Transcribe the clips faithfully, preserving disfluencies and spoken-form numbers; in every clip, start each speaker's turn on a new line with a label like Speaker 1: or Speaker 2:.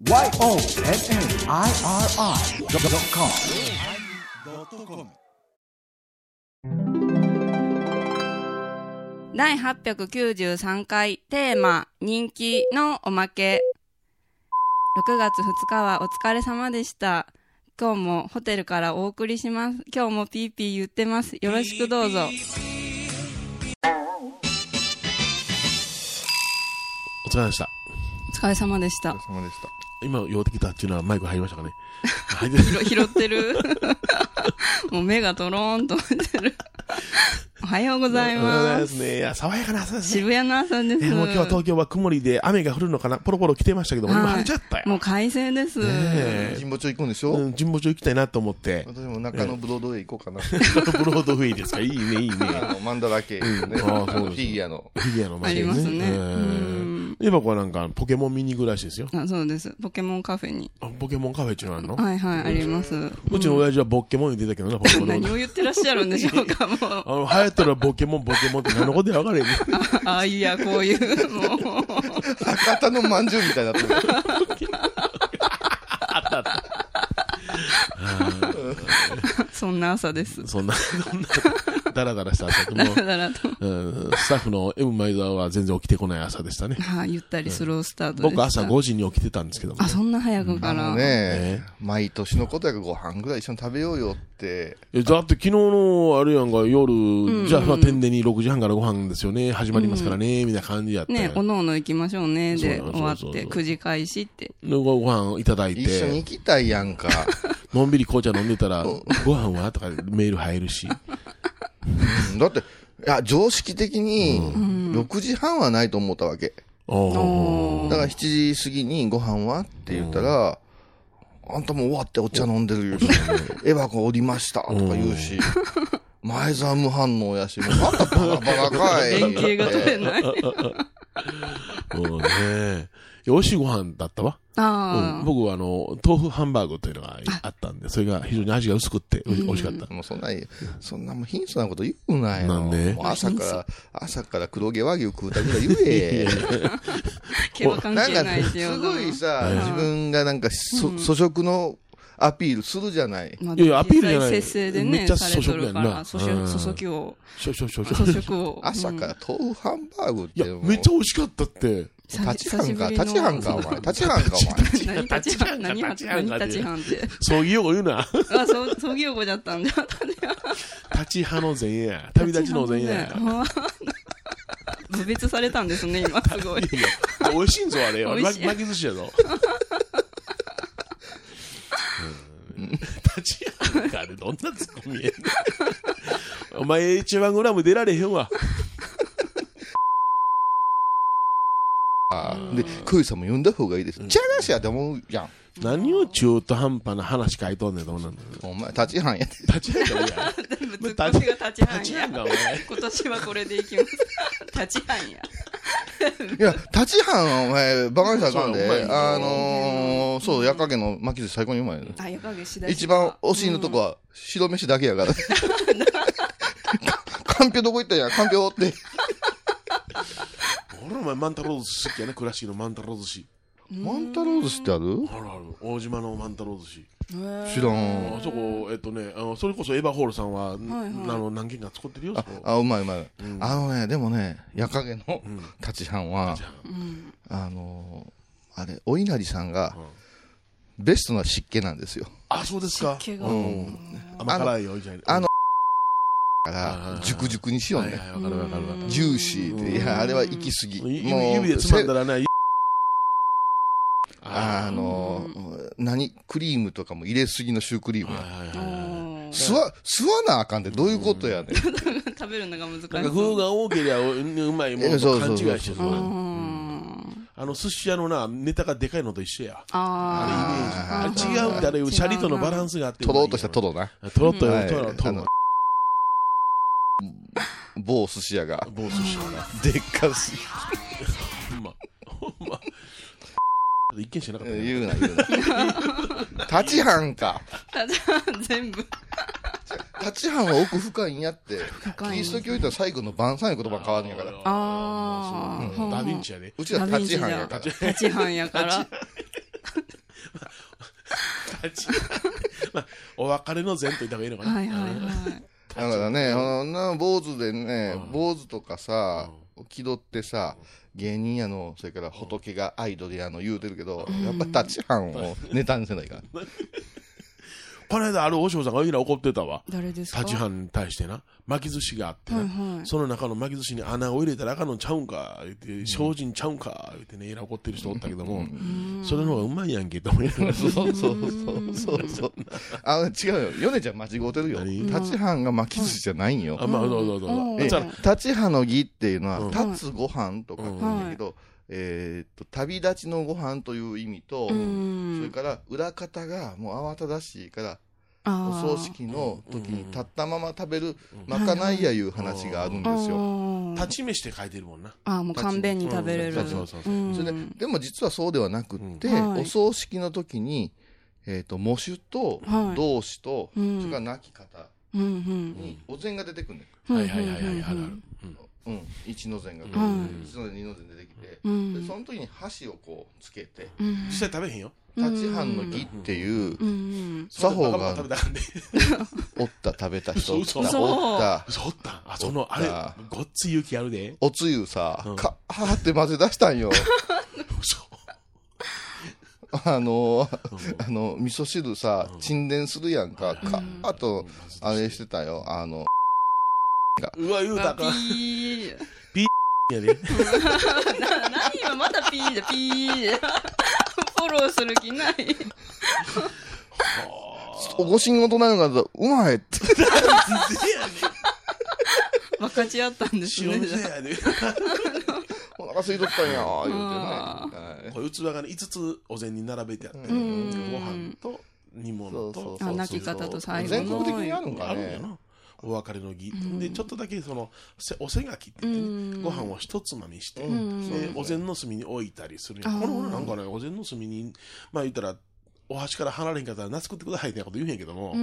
Speaker 1: ワイオーエヌエヌアイアールアイドットコム
Speaker 2: だいはっぴゃくきゅうじゅうさんかいテーマ人気のおまけ。ろくがつふつかはお疲れ様でした。今日もホテルからお送りします。今日もピーピー言ってます。よろしくどうぞ。
Speaker 3: お疲れ様でした。
Speaker 2: お疲れ様でした。
Speaker 4: お疲れ様でした。
Speaker 3: 今酔ってきたっていうのはマイク入りましたかね。
Speaker 2: 拾ってるもう目がトローンとしてる。おはようございます。
Speaker 3: おはようございますね。いや、爽やかな朝ですね。
Speaker 2: 渋谷の朝です。
Speaker 3: えー、もう今日は東京は曇りで雨が降るのかな、ポロポロ来てましたけども、今晴れちゃったよ。
Speaker 2: もう快晴です。
Speaker 3: ね、
Speaker 4: 神保町行くんでしょ。
Speaker 3: うん、神保町行きたいなと思って。
Speaker 4: 私も中野ブロードウェイ行こうかな。
Speaker 3: ブロードウェイですか。いいね、いいね。
Speaker 4: あの、マンダラ系、ね。うん、あそうです。フィギュアの。
Speaker 3: フィギュアの
Speaker 2: 前にね。ありますね。う
Speaker 3: ん。エヴァ子はなんかポケモン見に行くらしいですよ。
Speaker 2: あ、そうです。ポケモンカフェに。
Speaker 3: あ、ポケモンカフェっていうのあるの？
Speaker 2: はいはい、あります。
Speaker 3: うちの親父はボケモン言ってたけどな、ポケモン。
Speaker 2: 何を言ってらっしゃるんでしょうか、もう。
Speaker 3: あの、流行ってるボケモン、ボケモンって何のことや分かれへんね。
Speaker 2: ああ、いや、こういう、もう。
Speaker 4: 博多のまんじゅうみたいになってる。
Speaker 3: あったあった。
Speaker 2: そんな朝です。
Speaker 3: そんな、そんな、だらだらした朝でも、
Speaker 2: だらだらと、
Speaker 3: うん、スタッフの M 前澤は全然起きてこない朝でしたね。
Speaker 2: はあ、ゆったりスロースタートでした。
Speaker 3: 僕朝ごじに起きてたんですけども、ね。
Speaker 2: あ、そんな早くから。
Speaker 4: あのね、毎年のことやからご飯ぐらい一緒に食べようよって。
Speaker 3: え、だって昨日のあれやんか夜、うん、じゃあ天然にろくじはんからご飯ですよね、始まりますからね、うん、みたいな感じやった
Speaker 2: ね、おのおの行きましょうね、で終わってくじ開始って。
Speaker 3: ご飯いただいて。
Speaker 4: 一緒に行きたいやんか。
Speaker 3: のんびり紅茶飲んでたら、ご飯はとかメール入るし。
Speaker 4: うん、だって、いや、常識的に、ろくじはんはないと思ったわけ。うん、だからしちじ過ぎにご飯はって言ったら、あんたも終わってお茶飲んでるよし、エヴァ子降りましたとか言うし、前澤無反応やし、もうまたバラバラかい。
Speaker 2: 連携が取れない。
Speaker 3: もうね、美味しいご飯だったわ。あうん、僕はあの、豆腐ハンバーグというのがあったんで、それが非常に味が薄くって美味しかった。
Speaker 4: もうそんな、そんなもう貧相なこと言うなよ。
Speaker 3: なんで
Speaker 4: 朝から、朝から黒毛和牛食うたぐらい言え。
Speaker 2: 毛は関係ないですよ。
Speaker 4: なんかすごいさ、自分がなんか、そ、粗食のアピールするじゃない。
Speaker 2: まあ、
Speaker 3: いやいや、アピールじゃない。
Speaker 2: 節制でね、
Speaker 3: めっちゃ粗食やんな。
Speaker 2: 粗食、粗食を。
Speaker 3: 粗食、粗食。
Speaker 2: 粗食を。
Speaker 4: 朝から豆腐ハンバーグって。
Speaker 3: いや、めっちゃ美味しかったって。
Speaker 4: 立ち半か、立ち半か、お前。立ち半か、お前。
Speaker 2: 何立ち半、何立ち半って。
Speaker 3: 葬儀用語言うな。
Speaker 2: あ、そう、葬儀用語だったんだ。
Speaker 3: 立ち派の前夜。旅立ちの前夜。
Speaker 2: 侮蔑されたんですね、今、すごい。
Speaker 3: 美味しいんぞ、あれ。巻き寿司やぞ。立ち半か、あれ、どんなツッコミやねん。お前、いちまんグラム出られへんわ。
Speaker 4: で、クイさんも呼んだ方がいいです。チャラシやって思うじゃん。
Speaker 3: 何を中途半端な話書いとんねん、どうなんだよ。
Speaker 4: お前、立ち半やで。
Speaker 3: 立ち半か、お前。
Speaker 2: 全部ツッコミが立ち半や。
Speaker 3: 立ち半か、お前。
Speaker 2: 今年はこれでいきます。立ち半や。
Speaker 4: いや、立ち半はお前、バカにしたらあかんで。あのー、そう、矢影の巻き寿司最高にうまいよ。
Speaker 2: あ、矢影しだし。
Speaker 4: 一番惜しいのとこは、白飯だけやから。かんぴょうどこ行ったんや、かんぴょうって。
Speaker 3: 俺お前万太郎寿司好きやね、倉敷の万太郎寿司。
Speaker 4: 万太郎寿司ってある？
Speaker 3: あるある。大島の万太郎寿司。
Speaker 4: 知らん。
Speaker 3: あそこ、えっとね、あの、それこそエヴァホールさんは、はいはい、あの、何軒か作ってるよ。
Speaker 4: あ、あ、うまいうまい。うん、あのね、でもね、矢影の立ち半は、うん、あのー、あれ、お稲荷さんが、うん、ベストな湿気なんですよ。
Speaker 3: あ、そうですか。
Speaker 2: 湿気が。うん。
Speaker 3: 甘辛いおいじゃない。
Speaker 4: あの、から、熟熟にしようね。
Speaker 3: わかるわかるわかる。
Speaker 4: ジューシーで、いや、あれは行き過ぎ。
Speaker 3: もう、指でつまんだらね、
Speaker 4: あの、何クリームとかも入れすぎのシュークリームや。吸わ、吸わなあかんってどういうことやねん。
Speaker 2: 食べるのが難しい。
Speaker 3: なんか風が多ければうまいものと勘違いしてそう。あの寿司屋のな、ネタがでかいのと一緒や。あれイメージ。違うってあれ、シャリとのバランスがあって。
Speaker 4: とろうとしたトロな。
Speaker 3: とろっとよ、とろとろ。
Speaker 4: 某寿司屋が。
Speaker 3: 某寿司屋が。
Speaker 4: でっかすぎ。
Speaker 3: ほんま。ほんま。一見してなかった、
Speaker 4: ね。言うな、言うな。立ち半か。
Speaker 2: 立ち半全部。
Speaker 4: 立ち半は奥深いんやって。キリスト教言ったら最後の晩餐の言葉変わるんやから。
Speaker 2: ああ、
Speaker 3: うん。ダヴィンチやで。
Speaker 4: うちは立ち半やから。
Speaker 2: 立ち半やから。
Speaker 3: まあ、お別れの前と言った方がいいのかな。
Speaker 2: はいはいはい。
Speaker 4: だからね、あのな坊主でね、坊主とかさ、気取ってさ、芸人やの、それから仏がアイドルやの言うてるけど、やっぱ立ち班をネタにせないかん。
Speaker 3: この間あるお嬢さんがいら怒ってたわ。
Speaker 2: 誰ですか？
Speaker 3: 立ち班に対してな、巻き寿司があってな、
Speaker 2: はいはい、
Speaker 3: その中の巻き寿司に穴を入れたらあかんのちゃうんか言って、精進ちゃうんか言ってね、いら怒ってる人おったけども、それの方がうまいやんけと思いながら。
Speaker 4: そうそうそうそうそう。あの違うよ、ヨネちゃん間違うてるよ。立ち班が巻き寿司じゃないんよ。
Speaker 3: あ、まあ、どうぞどうぞ。
Speaker 4: え、立ち班の儀っていうのは、立つご飯とかって言うんだけど、えっと、旅立ちのご飯という意味と、それから裏方がもう慌ただしいから、お葬式の時に立ったまま食べるまかないやいう話があるんですよ。
Speaker 3: 立ち飯って書いてるもんな。
Speaker 2: ああ、もう簡便に食べれる。
Speaker 3: そうそうそう。
Speaker 4: それで、でも実はそうではなくって、お葬式の時に、えっと、喪主と同志と、それから亡き方にお膳が出てくるね。
Speaker 3: はいはいはいはい。
Speaker 4: うん、一の膳が、一の膳、二の膳出てきて、でその時に箸をこうつけて、
Speaker 3: 実際食べへんよ。
Speaker 4: 立ち班の儀っていう作法がおった、食べた人おった、おった、
Speaker 3: おった、あ、そのあれごっつい勇気あるで。
Speaker 4: おつゆさ、カーって混ぜ出したんよ。あのあの味噌汁さ、沈殿するやんか、カーッとあれしてたよ。あの
Speaker 3: うわ、言うたか。
Speaker 2: ピー
Speaker 3: ピーやで。
Speaker 2: 何今まだピーだ、ピー。フォローする気ない。
Speaker 4: ご仕事なのかと、うまいって。
Speaker 2: 分かち合ったんですね。
Speaker 4: お腹空いとったんや、言うてね。
Speaker 3: これ器がね、いつつお膳に並べてあって、ご飯と煮物と、
Speaker 2: 泣き方と最後の。
Speaker 4: 全国的にあるんかね。
Speaker 3: お別れの儀、うん、でちょっとだけそのおせがきって言って、ね、うん、ご飯を一つまみして、うん、でお膳の隅に置いたりする。この頃なんかね、お膳の隅にまあ言ったらお箸から離れんかったら懐くってくださいみたいなこと言うんやけども、うん、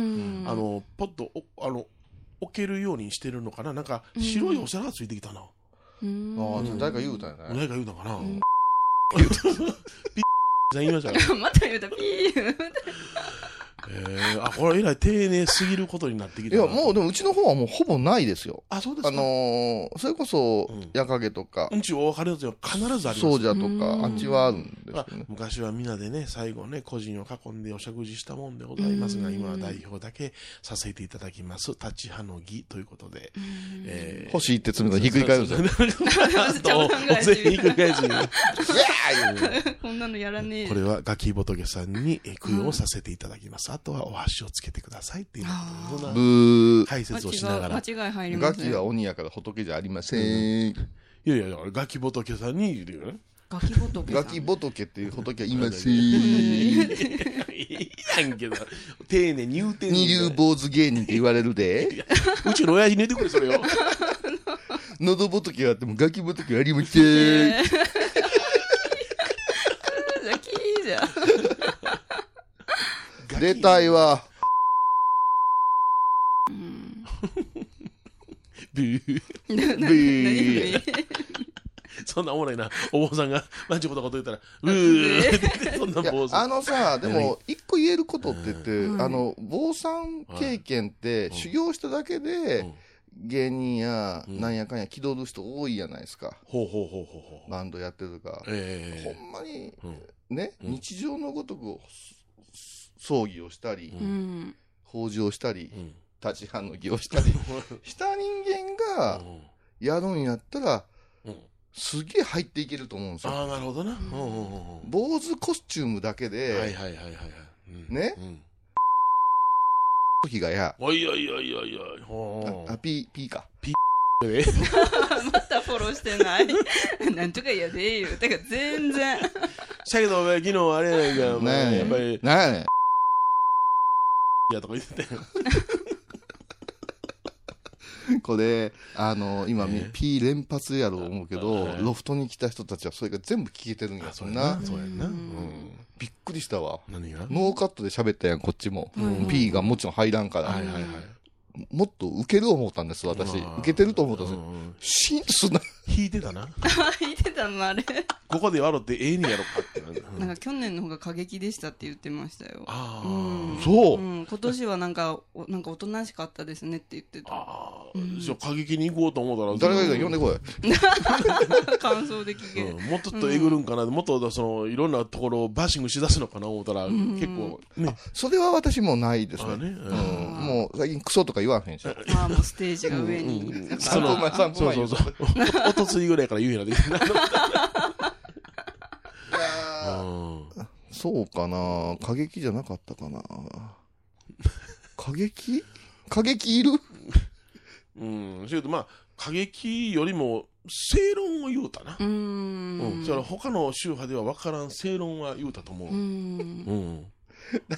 Speaker 3: あのポッとおあの置けるようにしてるのかな。なんか白いお皿がついてきたな。
Speaker 4: うん、ああ、誰か言うたよね。
Speaker 3: 誰か言うたかな。うん、ピッ
Speaker 2: 言いましたまた言うたピー。
Speaker 3: えー、あ、これえらい丁寧すぎることになってきた。
Speaker 4: いや、もうでもうちの方はもうほぼないですよ。
Speaker 3: あ、そうですか。
Speaker 4: あのー、それこそ、矢影とか。
Speaker 3: うんちお別れの時は必ずあります。
Speaker 4: そうじゃとか、あっちはあるんですよね。
Speaker 3: 昔はみんなでね、最後ね、個人を囲んでお食事したもんでございますが、今は代表だけさせていただきます。立ち派の儀ということで。
Speaker 4: えー、星って詰めたらひっくり返るんですよ。
Speaker 3: お全員ひっくり返ずに。
Speaker 2: こんなのやらねえ。
Speaker 3: これはガキ仏さんに供養させていただきます。あとはお箸をつけてくださいっていう
Speaker 4: ブー
Speaker 3: 解説をしながら。
Speaker 2: 間違い入りますね。
Speaker 4: ガキは鬼やから仏じゃありません。い
Speaker 3: やいやいや、ガキ仏さんに言うよね。
Speaker 2: ガキ仏
Speaker 4: ガキ仏っていう仏はいません。
Speaker 3: いいやんけど、丁寧に言うてんねん。
Speaker 4: 二流坊主芸人って言われるで。
Speaker 3: うちの親父に言ってくれ、それよ。
Speaker 4: 喉仏はあってもガキ仏はありません。
Speaker 2: ガキじゃ。
Speaker 4: 出たいわ。
Speaker 3: ブー。ブー。そんなおもろいな。お坊さんがマジことこと言ったら、ブーってそんな坊主。
Speaker 4: あのさ、でも、一個言えることって言って、あの、坊さん経験って修行しただけで、芸人やなんやかんや気取る人多いじゃないですか。
Speaker 3: ほうほうほうほう。
Speaker 4: バンドやってるか。ほんまに、ね、日常のごとく葬儀をしたり、法事をしたり、立ち班の儀をしたりした人間がやるんやったら、すげえ入っていけると思うんですよ。
Speaker 3: ああ、なるほどな。
Speaker 4: 坊主コスチュームだけで、
Speaker 3: はいはいはいはい。
Speaker 4: ね、時がや。
Speaker 3: おいおいおいおい
Speaker 4: おい。あ、ピー、ピーか。
Speaker 3: ピーで
Speaker 2: またフォローしてない。なんとかやでよ。てか全然。
Speaker 3: しゃけどお前昨日あれやないか、お前やっぱり。
Speaker 4: なんやねん。
Speaker 3: やとか言ってたよ。
Speaker 4: これ、あの、今、P 連発やろう思うけど、ロフトに来た人たちはそれが全部聞けてるんや。
Speaker 3: そんな。そうやんな。
Speaker 4: びっくりしたわ。
Speaker 3: 何が
Speaker 4: ノーカットで喋ったやん、こっちも。P がもちろん入らんから。
Speaker 3: はいはいはい。
Speaker 4: もっと受ける思ったんです、私。受けてると思ったんですよ。シーンとすんな。
Speaker 3: 引いてたな。
Speaker 2: 引いててたのあれ。
Speaker 3: ここで笑ってええにやろかってなる。
Speaker 2: なんか去年の方が過激でしたって言ってましたよ。
Speaker 3: ああ、
Speaker 2: うん、
Speaker 4: そう、
Speaker 2: うん、今年はなんか、おなんかおとなしかったですねって言ってた。
Speaker 3: ああ、じゃあ過激に行こうと思ったら、
Speaker 4: 誰がいいか呼んでこい。
Speaker 2: 感想で聞け、
Speaker 3: うん、もうちょっとえぐるんかな、もっとそのいろんなところをバッシングしだすのかな思ったら、結構ね。
Speaker 4: それは私もないですね。
Speaker 3: ね、うん、
Speaker 4: もう最近クソとか言わへんし。
Speaker 2: ああ、もうステージが上に。
Speaker 3: うんうん、
Speaker 4: そのそう
Speaker 3: そうそう。おとついぐらいから言うようになってきた。
Speaker 4: そうかな、過激じゃなかったかな。過激過激いる
Speaker 3: うん、それとまあ、過激よりも正論を言うたな。うん。うん。それは他の宗派では分からん正論は言うたと思う。うん。うん。
Speaker 4: だって、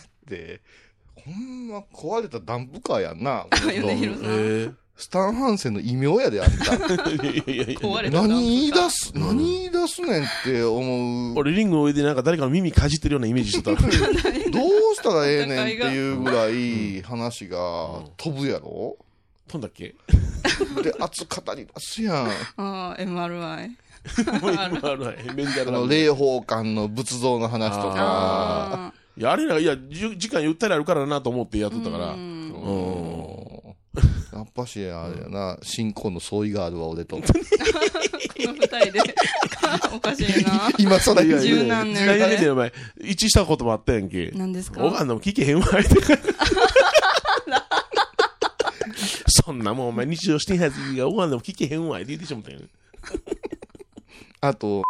Speaker 4: ほんま壊れたダンプカーやんな。
Speaker 2: 米広さん。えー
Speaker 4: スタンハンセンの異名やで、あんた。
Speaker 2: 壊れた
Speaker 4: 何言い出す、うん、何言い出すねんって思う。
Speaker 3: 俺、リングの上でなんか誰かの耳かじってるようなイメージしてた。どう
Speaker 4: したらええねんっていうぐらい話が飛ぶやろ、
Speaker 3: 飛んだっけ
Speaker 4: で、熱語りますやん。
Speaker 2: ああ、エムアールアイ。
Speaker 3: エムアールアイ。メンタル
Speaker 4: あの、霊宝館の仏像の話とか。
Speaker 3: いや、あれら、いや、時間ゆったりあるからなと思ってやっとったから。うん。
Speaker 4: やっぱし、あれやな、新婚の相違があるわ、俺と。こ
Speaker 2: の二人で。おかしいな。
Speaker 4: 今それ言う。
Speaker 2: 十何年
Speaker 3: で。で、お前、一致したこともあったやんけ。
Speaker 2: 何ですか？
Speaker 3: おかんでも聞けへんわ、って。そんなもん、お前、日常してんはずが、おかんでも聞けへんわ、って言ってしまったやん。
Speaker 4: あと、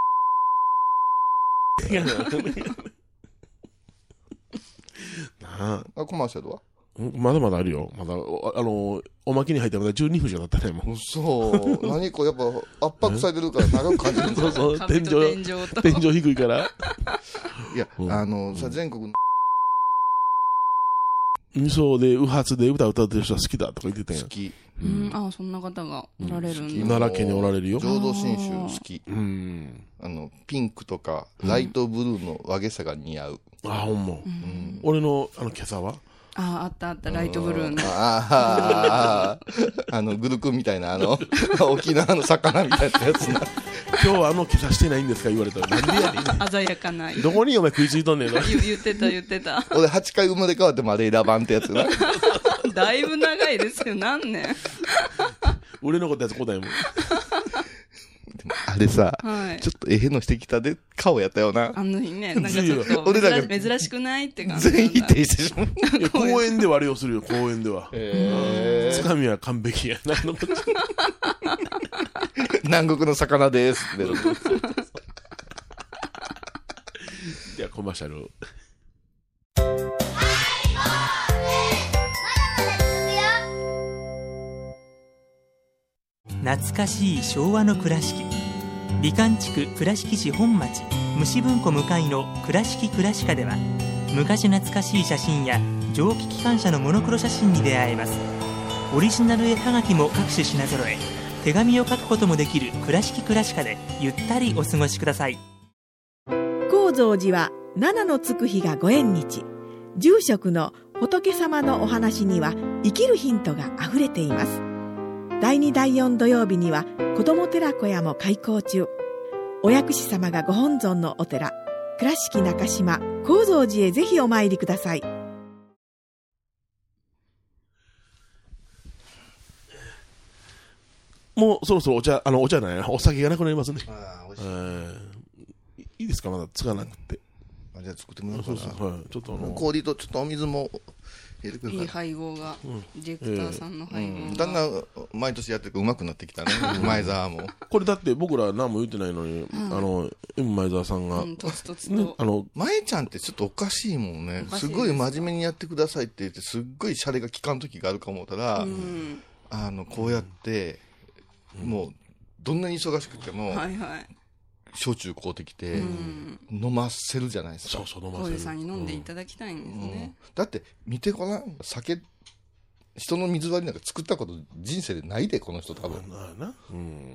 Speaker 4: なあ。コマーシャルは
Speaker 3: まだまだあるよ。まだ、あの、おまけに入ってまだじゅうにふんしかなったね、もう。
Speaker 4: そう。何こう、やっぱ圧迫されてるから長く感じるんだ。
Speaker 3: そうそう、天井、天井低いから。
Speaker 4: いや、うん、あの、さ、全国の、
Speaker 3: そうで、右発で歌歌ってる人は好きだとか言ってたやん。
Speaker 4: 好き。
Speaker 2: うん、ああ、そんな方がおられるんだ。
Speaker 3: 奈良県におられるよ。
Speaker 4: 浄土真宗好き。
Speaker 3: うん。
Speaker 4: あの、ピンクとか、ライトブルーの和げさが似合う。
Speaker 3: ああ、ほんま。うん、俺の、あの、今朝は
Speaker 2: ああ、あったあった、ライトブルーの。
Speaker 4: ああ、あの、グルクンみたいな、あの、沖縄の魚みたいなやつな。
Speaker 3: 今日はあの、今朝してないんですか言われたら。なんでやねん。
Speaker 2: 鮮やかな。
Speaker 3: どこにお前食いついとんねんの
Speaker 2: 言, 言ってた言ってた。
Speaker 4: 俺はちかい生まれ変わってもあれ選ばんってやつな。
Speaker 2: だいぶ長いですよ、何年。
Speaker 3: 俺のことやつ答えも。
Speaker 4: あれさ、
Speaker 2: はい、
Speaker 4: ちょっとえへのしてきたで顔やったよな。
Speaker 2: あの日ね、なんかちょっと俺らが珍しくないって感じ。
Speaker 4: 全員否定してしまう。
Speaker 3: 公園ではあれをするよ、公園では。つかみは完璧や。
Speaker 4: 南国の魚です。
Speaker 3: ではコマーシャル。
Speaker 5: 懐かしい昭和の倉敷、美観地区倉敷市本町虫文庫向かいの倉敷倉歯科では、昔懐かしい写真や蒸気機関車のモノクロ写真に出会えます。オリジナル絵はがきも各種品揃え、手紙を書くこともできる倉敷倉歯科でゆったりお過ごしください。
Speaker 6: 高蔵寺は七のつく日がご縁日。住職の仏様のお話には生きるヒントがあふれています。だいにだいよん土曜日には子ども寺小屋も開校中。お薬師様がご本尊のお寺、倉敷中島・高蔵寺へぜひお参りください。
Speaker 3: もうそろそろお茶、あのお茶ないな、お酒がなくなりますね。
Speaker 4: ああ、美味しい。
Speaker 3: いいですか、まだつかなくて。
Speaker 4: あ、じゃあ作ってもらおうかな。
Speaker 3: そうそう、はい、ちょっとあの
Speaker 4: 氷とちょっとお水も入れてください。
Speaker 2: いい配合が、うん、ディレクターさんの配合が、
Speaker 4: うん、だんだん毎年やってるとうまくなってきたね。前澤も。
Speaker 3: これだって僕ら何も言ってないのに、うん、あの M 前澤さんが、
Speaker 2: うん、とつとつと、
Speaker 3: ね、あの
Speaker 4: 前ちゃんってちょっとおかしいもんね。すごい真面目にやってくださいって言って、すっごいシャレが効かん時があるか思ったら、うん、あのこうやって、うん、もうどんなに忙しくても、
Speaker 2: はいはい、
Speaker 4: 焼酎買うてきて、うん、飲ませるじゃないですか。
Speaker 3: そうそう、飲ませる。
Speaker 2: 小出さんに飲んでいただきたいんですね。
Speaker 4: うん、だって見てごらん、酒人の水割りなんか作ったこと人生でないで、この人多分。
Speaker 3: な、うん、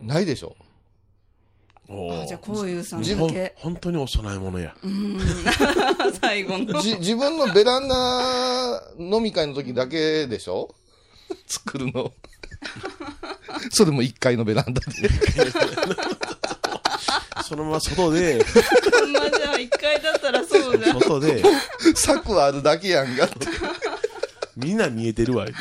Speaker 4: ないでしょ。
Speaker 2: あ、じゃあこういうさんだけ
Speaker 3: 本当にお供え物や。
Speaker 2: うん最後の
Speaker 4: じ自分のベランダ飲み会の時だけでしょ作るの。それもいっかいのベランダで。
Speaker 3: そのまま外で、
Speaker 2: まあじゃあいっかいだったらそうだ。
Speaker 3: 外で、
Speaker 4: 策あるだけやんがって。
Speaker 3: みんな見えてるわ。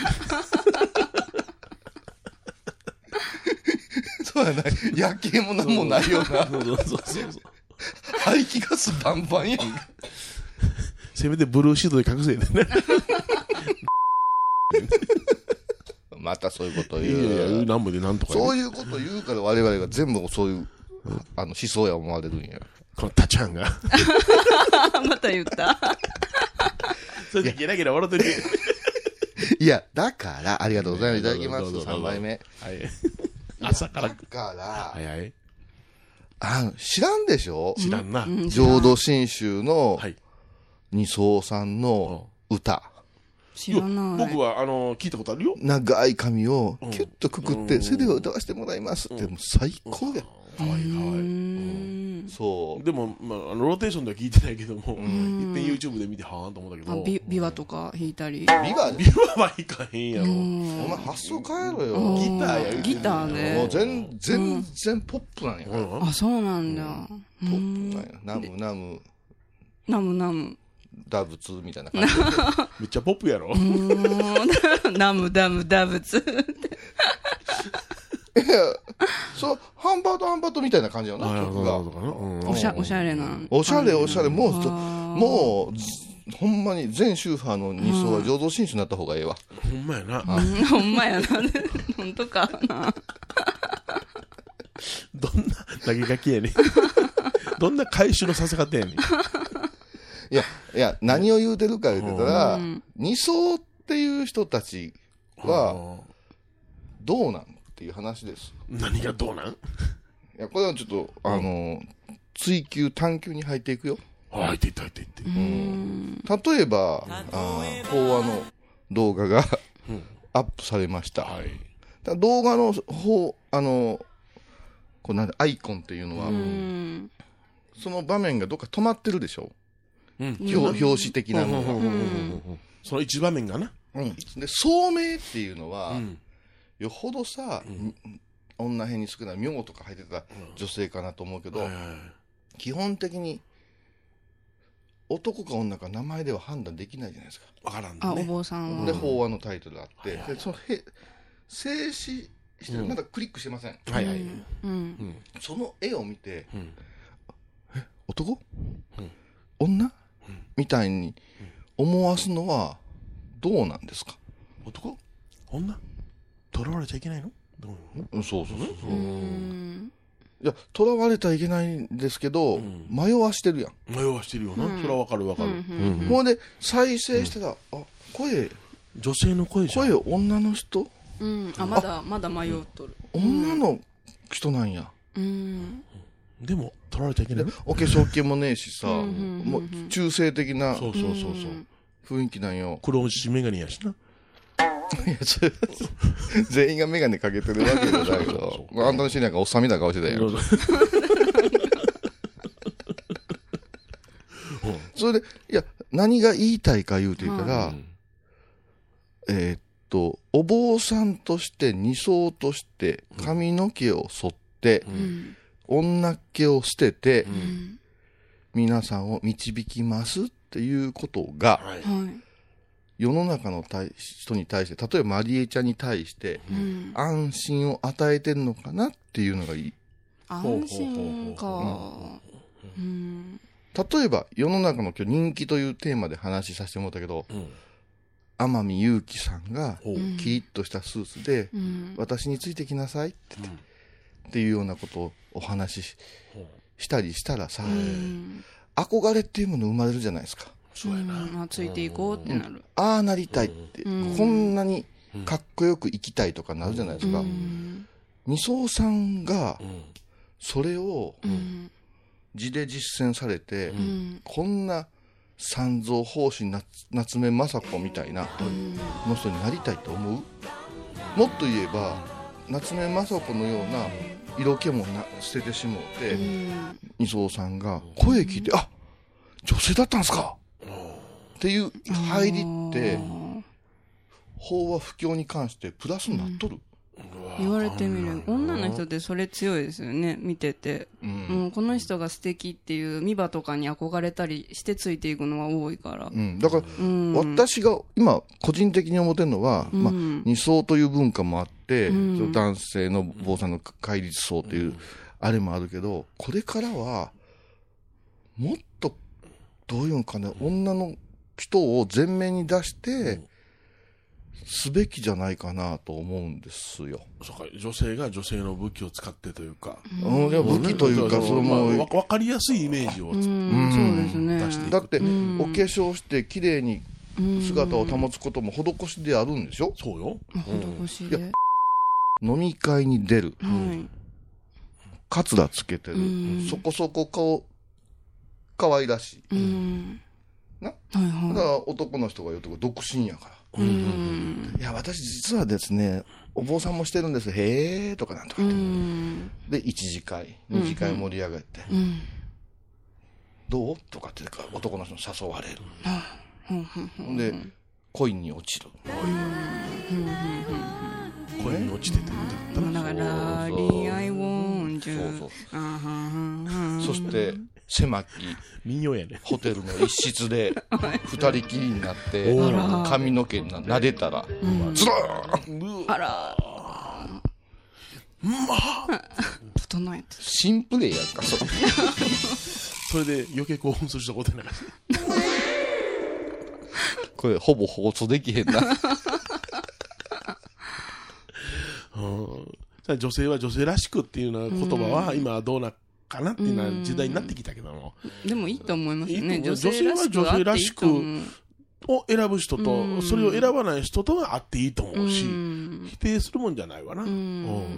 Speaker 4: そうやな。夜景もなんもないよな。
Speaker 3: そうそうそうそう。
Speaker 4: 排気ガスバンバンやんか。
Speaker 3: せめてブルーシートで隠せてね。
Speaker 4: またそういうこと言う。
Speaker 3: いやいや、なんぼでなんとか、ね。
Speaker 4: そういうこと言うから我々が全部そういう、あの、思想や思われるんや。
Speaker 3: このタチャンが。
Speaker 2: また言った。
Speaker 3: それでゲラゲラ笑ってる。
Speaker 4: いや、だから、ありがとうございます。いただきます。さんばいめ。
Speaker 3: はい。朝から。
Speaker 4: だから、
Speaker 3: はいはい。
Speaker 4: あの、知らんでしょ？
Speaker 3: 知らんな。
Speaker 4: 浄土真宗の
Speaker 3: はい。
Speaker 4: 二層さんの歌。
Speaker 2: 知らない。
Speaker 3: 僕は、あの、聞いたことあるよ。
Speaker 4: 長い髪をキュッとくくって、
Speaker 3: うん
Speaker 4: それでは歌わせてもらいますって、もう最高や。
Speaker 3: はいはい。
Speaker 4: そう。
Speaker 3: でも、まあ、あの、ローテーションでは聞いてないけども、いっぺん YouTube で見てはーんと思ったけど。
Speaker 2: あび琵琶とか弾いたり。
Speaker 4: ビバ
Speaker 3: ビワはいかへんやろ。
Speaker 4: お前発想変えろよ。
Speaker 3: ギターや。
Speaker 2: ギターね。
Speaker 4: もう全全然ポップなんや。
Speaker 3: うん
Speaker 2: あ、そうなんだ。
Speaker 4: ポップなんや。ナムナム
Speaker 2: ナムナム。
Speaker 4: ダブツみたいな感じ。
Speaker 3: めっちゃポップやろ。
Speaker 2: うーんナムダムダブツ。
Speaker 4: いや、そう、ハンバートハンバートみたいな感じよな、曲が。
Speaker 2: おしゃ、おしゃれな。
Speaker 4: おしゃれおしゃれ。もう、もう、ほんまに全宗派の二層は浄土真宗になった方がええわ。
Speaker 3: ほんまやな。
Speaker 2: うんほんまやな。ほんとかな。
Speaker 3: どんな投げ書きやねん。どんな回収のさせ方やねん。
Speaker 4: いや、いや、何を言うてるか言うてたら、二層っていう人たちは、どうなんっていう話です。
Speaker 3: 何がどうなん？い
Speaker 4: や、これはちょっと、あの、追求、探求に入っていくよ。
Speaker 3: 入っていって入っていって。
Speaker 4: 例えば、あ法話の動画がアップされました。
Speaker 3: はい。
Speaker 4: だ動画の方、あの、こうなんでアイコンっていうのは、その場面がどっか止まってるでしょ。
Speaker 3: うん。
Speaker 4: 表表紙的なのが。
Speaker 3: その一場面がな。
Speaker 4: うん。で、聡明っていうのは、
Speaker 3: うん。
Speaker 4: よほどさ、女編に少ない妙とか入ってた女性かなと思うけど、基本的に男か女か名前では判断できないじゃないですか。
Speaker 3: わからんね。
Speaker 2: あ、お坊さんは。
Speaker 4: で、法話のタイトルあって、でそのへ静止してる、まだクリックしてません。
Speaker 3: はいはい。
Speaker 2: うん。
Speaker 4: その絵を見て、
Speaker 3: うん。
Speaker 4: え、男、
Speaker 3: うん
Speaker 4: 女、みたいに思わすのはどうなんですか？
Speaker 3: 男？女？囚われちゃいけないの？どうなの？
Speaker 4: うん、そうそうそうそう。
Speaker 2: うん
Speaker 4: いや、囚われたらいけないんですけど、
Speaker 3: ん
Speaker 4: 迷わしてるやん。
Speaker 3: 迷わしてるよな。それはわかるわかる。うん
Speaker 4: ほんで、再生したら、あ、声、
Speaker 3: 女性の声じゃん。
Speaker 4: 声女の人
Speaker 2: うん。あ、まだ、まだ迷っとる。
Speaker 4: 女の人なんや。
Speaker 2: うん。
Speaker 3: でも、取られちゃいけないの？
Speaker 4: お化粧気もねえしさ、
Speaker 2: ん
Speaker 4: もう中性的な
Speaker 3: そうそうそうそう。
Speaker 4: 雰囲気なんよ。
Speaker 3: 黒虫メガネやしな。
Speaker 4: いや、それ全員がメガネかけてるわけじゃないけど、あんたの人なんかおっさんみたいな顔してたよ。それで、いや、何が言いたいか言うて言ったら、えーっと、お坊さんとして二層として髪の毛を剃って、女っ気を捨てて、皆さんを導きますっていうことが、
Speaker 3: はい。
Speaker 2: はい。
Speaker 4: 世の中の対人に対して、例えばマリエちゃんに対して、
Speaker 2: うん。
Speaker 4: 安心を与えてるのかなっていうのがいい。
Speaker 2: 安心か。うん。
Speaker 4: 例えば、世の中の今日人気というテーマで話させてもらったけど、
Speaker 3: うん。
Speaker 4: 天海祐希さんが、
Speaker 3: ほう。
Speaker 4: キリッとしたスーツで、
Speaker 2: うん。
Speaker 4: 私についてきなさいって
Speaker 3: うん。
Speaker 4: っていうようなことをお話しし
Speaker 3: ほう。
Speaker 4: したりしたらさ、
Speaker 2: うん。
Speaker 4: 憧れっていうもの生まれるじゃないですか。
Speaker 3: そうやな。
Speaker 2: まあ、ついていこうってなる。
Speaker 4: ああなりたいって、
Speaker 2: うん
Speaker 4: こんなにかっこよく生きたいとかなるじゃないですか。
Speaker 2: うん。
Speaker 4: 二層さんが
Speaker 3: うん。
Speaker 4: それを
Speaker 2: うん。
Speaker 4: 字で実践されて、
Speaker 2: うん。
Speaker 4: こんな三蔵法師な夏目雅子みたいなの人になりたいと思う？もっと言えば夏目雅子のような色気もな捨ててしもうて、二層さんが声聞いて、あ、女性だったんですかっていう入りって法話布教に関してプラスになっとる。
Speaker 2: 言われてみる。女の人ってそれ強いですよね、見てて。うん、もうこの人が素敵っていう見場とかに憧れたりしてついていくのは多いから。
Speaker 4: うん、だから、うん、私が今個人的に思ってるのは、うん、まあ、二層という文化もあって、うん、その男性の坊さんの戒律層という、うん、あれもあるけど、これからは、もっと、どういうんかね、女の人を前面に出して、うんすべきじゃないかなと思うんですよ。
Speaker 3: そうか、女性が女性の武器を使ってというか、
Speaker 4: うん、いや武器というか、そのもう、
Speaker 3: まあ、分かりやすいイメージを、うん、
Speaker 2: そうですね、
Speaker 3: 出していく。
Speaker 4: だって、うん、お化粧して綺麗に姿を保つことも施しであるんでしょ。
Speaker 3: そうよ。
Speaker 2: 施しで。
Speaker 4: 飲み会に出る、
Speaker 2: はい、
Speaker 4: カツラつけてる、そこそこ顔可愛らしい。
Speaker 2: うん
Speaker 4: な、
Speaker 2: はいはい、
Speaker 4: だから男の人が言うとこ独身やから。
Speaker 2: うん、
Speaker 4: いや私実はですねお坊さんもしてるんですへーとかなんとかって、うん、でいち次会に次会盛り上がって、
Speaker 2: うん、
Speaker 4: どうとかって男の人に誘われる、
Speaker 2: うん、
Speaker 4: で恋に落ちる、
Speaker 3: うん、恋に落ちてて
Speaker 2: んだから恋愛ウォンジュ
Speaker 4: そして狭き
Speaker 3: 民謡やね
Speaker 4: ホテルの一室で二人きりになって髪の毛な撫でたら、うん、ズラーン
Speaker 2: あら
Speaker 3: まあ
Speaker 2: 整えて
Speaker 4: 新プレイやんかそれ
Speaker 3: それで余計興奮する人がおてない
Speaker 4: これほぼ放送できへんな
Speaker 3: うん、女性は女性らしくっていうような言葉は今はどうなかなっていうような時代になってきたけども、
Speaker 2: でもいいと思いますね。
Speaker 3: 女性は女性らしくを選ぶ人とそれを選ばない人とはあっていいと思うし、否定するもんじゃないわな。うん、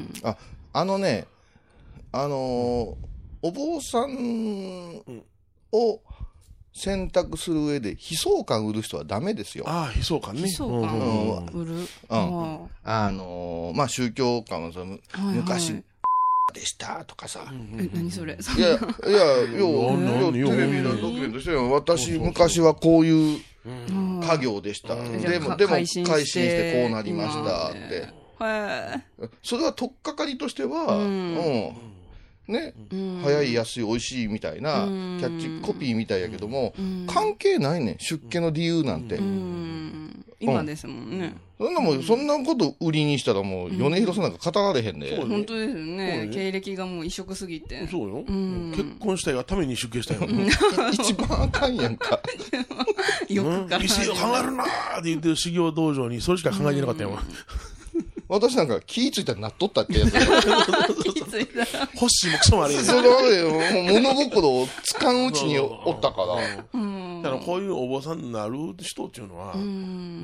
Speaker 4: ああのねあのー、お坊さんを選択する上で悲壮感売る人はダメですよ。
Speaker 3: ああ悲壮感ね。
Speaker 2: 悲壮感売る。うん、
Speaker 4: あのー、まあ宗教観はその、はいはい、昔でしたとかさ、
Speaker 2: え何それ
Speaker 4: いやいやようテレビのドキュメントして私昔はこういう家業でした、うん、でもでも改心してこうなりましたって、それは取っかかりとしては、うんうんね、早い安い美味しいみたいなキャッチコピーみたいやけども、関係ないねん出家の理由なんて、
Speaker 2: 今ですもんね。
Speaker 4: そんなもん、そんなこと売りにしたらもう米広さんなんか語られへんで、
Speaker 2: うん、本当ですよね。経歴がもう異色すぎて。
Speaker 3: そうよ、うん、結婚したいがために出家したいよ
Speaker 4: 一番あかんやんか
Speaker 2: よくから、
Speaker 3: 異性を考えるなーって言ってる修行道場にそれしか考えてなかったよ、うん
Speaker 4: 私なんか気ぃついたらなっとったってやつ気
Speaker 2: ぃついたら
Speaker 3: 欲しいもクソもあれ
Speaker 4: それはね物心をつかんうちにおったから、
Speaker 3: うん、だからこういうお坊さんになる人っていうのは、うん、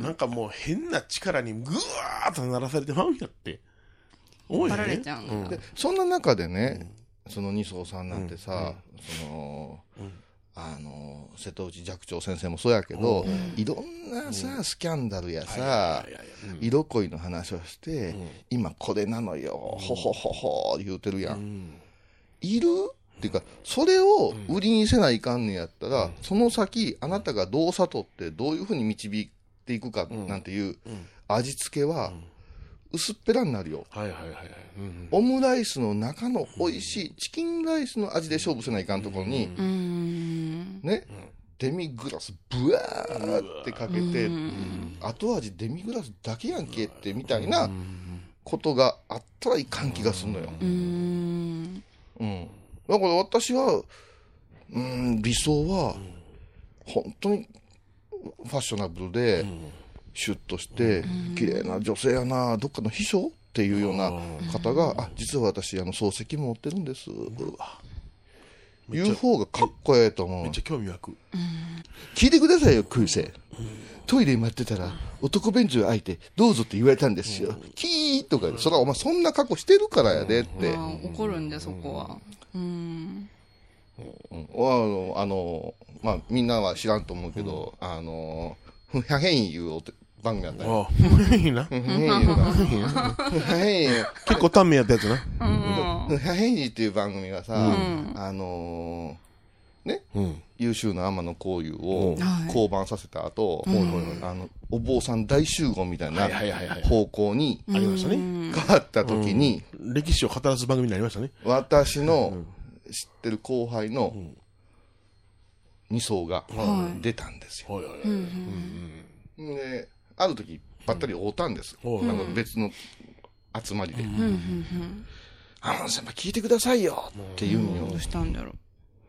Speaker 3: なんかもう変な力にぐわーっと鳴らされてまうんやって
Speaker 2: 多いよね。うん、
Speaker 4: でそんな中でね、うん、その二層さんなんてさ、うん、その、うんあの瀬戸内寂聴先生もそうやけど、うん、いろんなさ、うん、スキャンダルやさ、うん、色恋の話をして、うん、今これなのよ、うん、ほほほほ言うてるやん、うん、いるっていうかそれを売りにせないかんねやったら、うん、その先あなたがどう悟ってどういうふうに導いていくかなんていう味付けは、うん薄っぺらになるよ、
Speaker 3: はいはいはいはいうんうん、
Speaker 4: オムライスの中の美味しいチキンライスの味で勝負せないかんところに、
Speaker 2: うん、
Speaker 4: ね、うん、デミグラスブワーってかけて、うん、後味デミグラスだけやんけってみたいなことがあったらいかん気がするのよ、
Speaker 2: うん
Speaker 4: うん、だから私は、うん、理想は本当にファッショナブルで、うんシュッとして綺麗な女性やなどっかの秘書っていうような方があ実は私あの漱石も持ってるんですいう方がかっこええと思う。
Speaker 3: めっちゃ興味湧く。
Speaker 4: 聞いてくださいよ空星トイレ待ってたら男便所空いてどうぞって言われたんですよキーとかそれはお前そんな格好してるからやでって
Speaker 2: 怒るんでそこはうん
Speaker 4: あのあのまあみんなは知らんと思うけどあのふはへんいう番組やったよ。
Speaker 3: ふはへんな。ふは
Speaker 4: へん
Speaker 3: 結構短命やったやつな。
Speaker 4: ふはへんっていう番組がさ、あのね、
Speaker 3: うん。
Speaker 4: 優秀な天野幸雄を
Speaker 2: はい
Speaker 4: 降板させた後、
Speaker 2: うん
Speaker 4: あのお坊さん大集合みたいな
Speaker 3: はいはいはいはい。
Speaker 4: 方向に
Speaker 3: ありましたね。
Speaker 2: うん
Speaker 4: 変わった時に、
Speaker 3: 歴史を語らす番組になりましたね。
Speaker 4: 私の知ってる後輩の
Speaker 3: ん
Speaker 4: 二層が
Speaker 2: はい
Speaker 4: 出たんですよ。
Speaker 3: はいはいはい。
Speaker 2: うん
Speaker 4: で、ある時ばったり会うたんです。
Speaker 3: うん
Speaker 4: あの別の集まりで。
Speaker 2: うんうんうん
Speaker 4: 天野先輩聞いてくださいよって言うんよ。
Speaker 2: どうしたんだろう。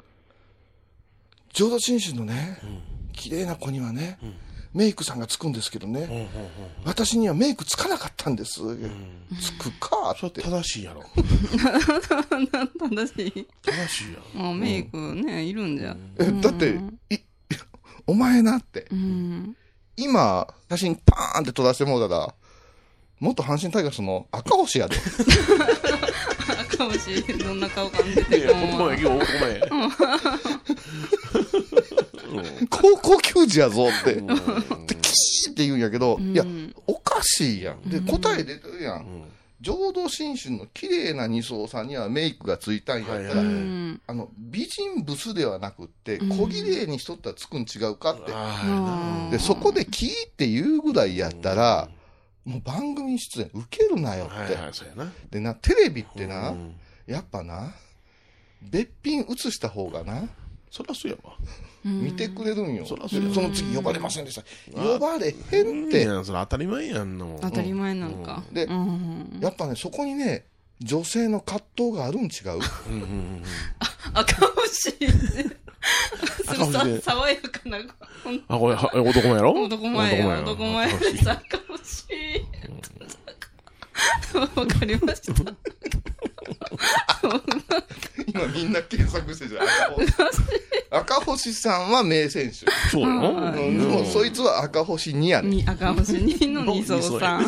Speaker 4: 浄土真宗のね、綺麗な子にはね、メイクさんがつくんですけどね、私にはメイクつかなかったんです。つくか
Speaker 3: それ
Speaker 4: って。
Speaker 3: 正しいやろ。
Speaker 2: 正しい。
Speaker 3: 正しいやろ。
Speaker 2: もうメイクね、いるんじゃ。
Speaker 4: えだって、いお前なって、
Speaker 2: うん。
Speaker 4: 今、写真パーンって撮らせてもらったら、元阪神タイガースの赤星やで。
Speaker 2: 赤星、どんな顔か出て
Speaker 3: いや、
Speaker 2: こんわ
Speaker 3: 男前、今日男前。
Speaker 4: 高校球児やぞって。で、キシーって言うんやけど、
Speaker 2: ん
Speaker 4: いや、おかしいやん。で、答え出てるやん。浄土真宗の綺麗な二層さんにはメイクがついたんやったら、
Speaker 3: はいはい
Speaker 2: うん。
Speaker 4: あの、美人ブスではなくって、小綺麗にしとったらつくん違うかって。
Speaker 3: あ
Speaker 2: あ
Speaker 4: で、そこでキーって言うぐらいやったら、もう番組出演受けるなよ
Speaker 3: あ。
Speaker 4: って。
Speaker 3: はいはい、そうやな。
Speaker 4: でな、テレビってな、
Speaker 3: うん
Speaker 4: やっぱな、べっぴん映した方がな、
Speaker 3: そりゃそうやわ。
Speaker 4: 見てくれるんよ。
Speaker 3: そら
Speaker 4: そ
Speaker 3: そうや
Speaker 4: の次呼ばれませんでした。呼ばれへんって。
Speaker 3: いや、それ当たり前やんの。
Speaker 2: 当たり前なんか。
Speaker 4: で
Speaker 2: うん。
Speaker 4: やっぱね、そこにね、女性の葛藤があるん違う。
Speaker 3: うんうんうん
Speaker 2: 赤星。
Speaker 3: 赤星で
Speaker 2: さ爽やかな。
Speaker 3: あ、これ、は男前やろ
Speaker 2: 男前や。
Speaker 3: 男
Speaker 2: 男前
Speaker 3: 赤星
Speaker 2: です。赤星。わかりました。
Speaker 4: 今みんな検索してるじゃん。赤星赤星さんは名選手。
Speaker 3: そうよ。
Speaker 4: うんでもそいつは赤星にやね。
Speaker 2: に赤星にの二層さん。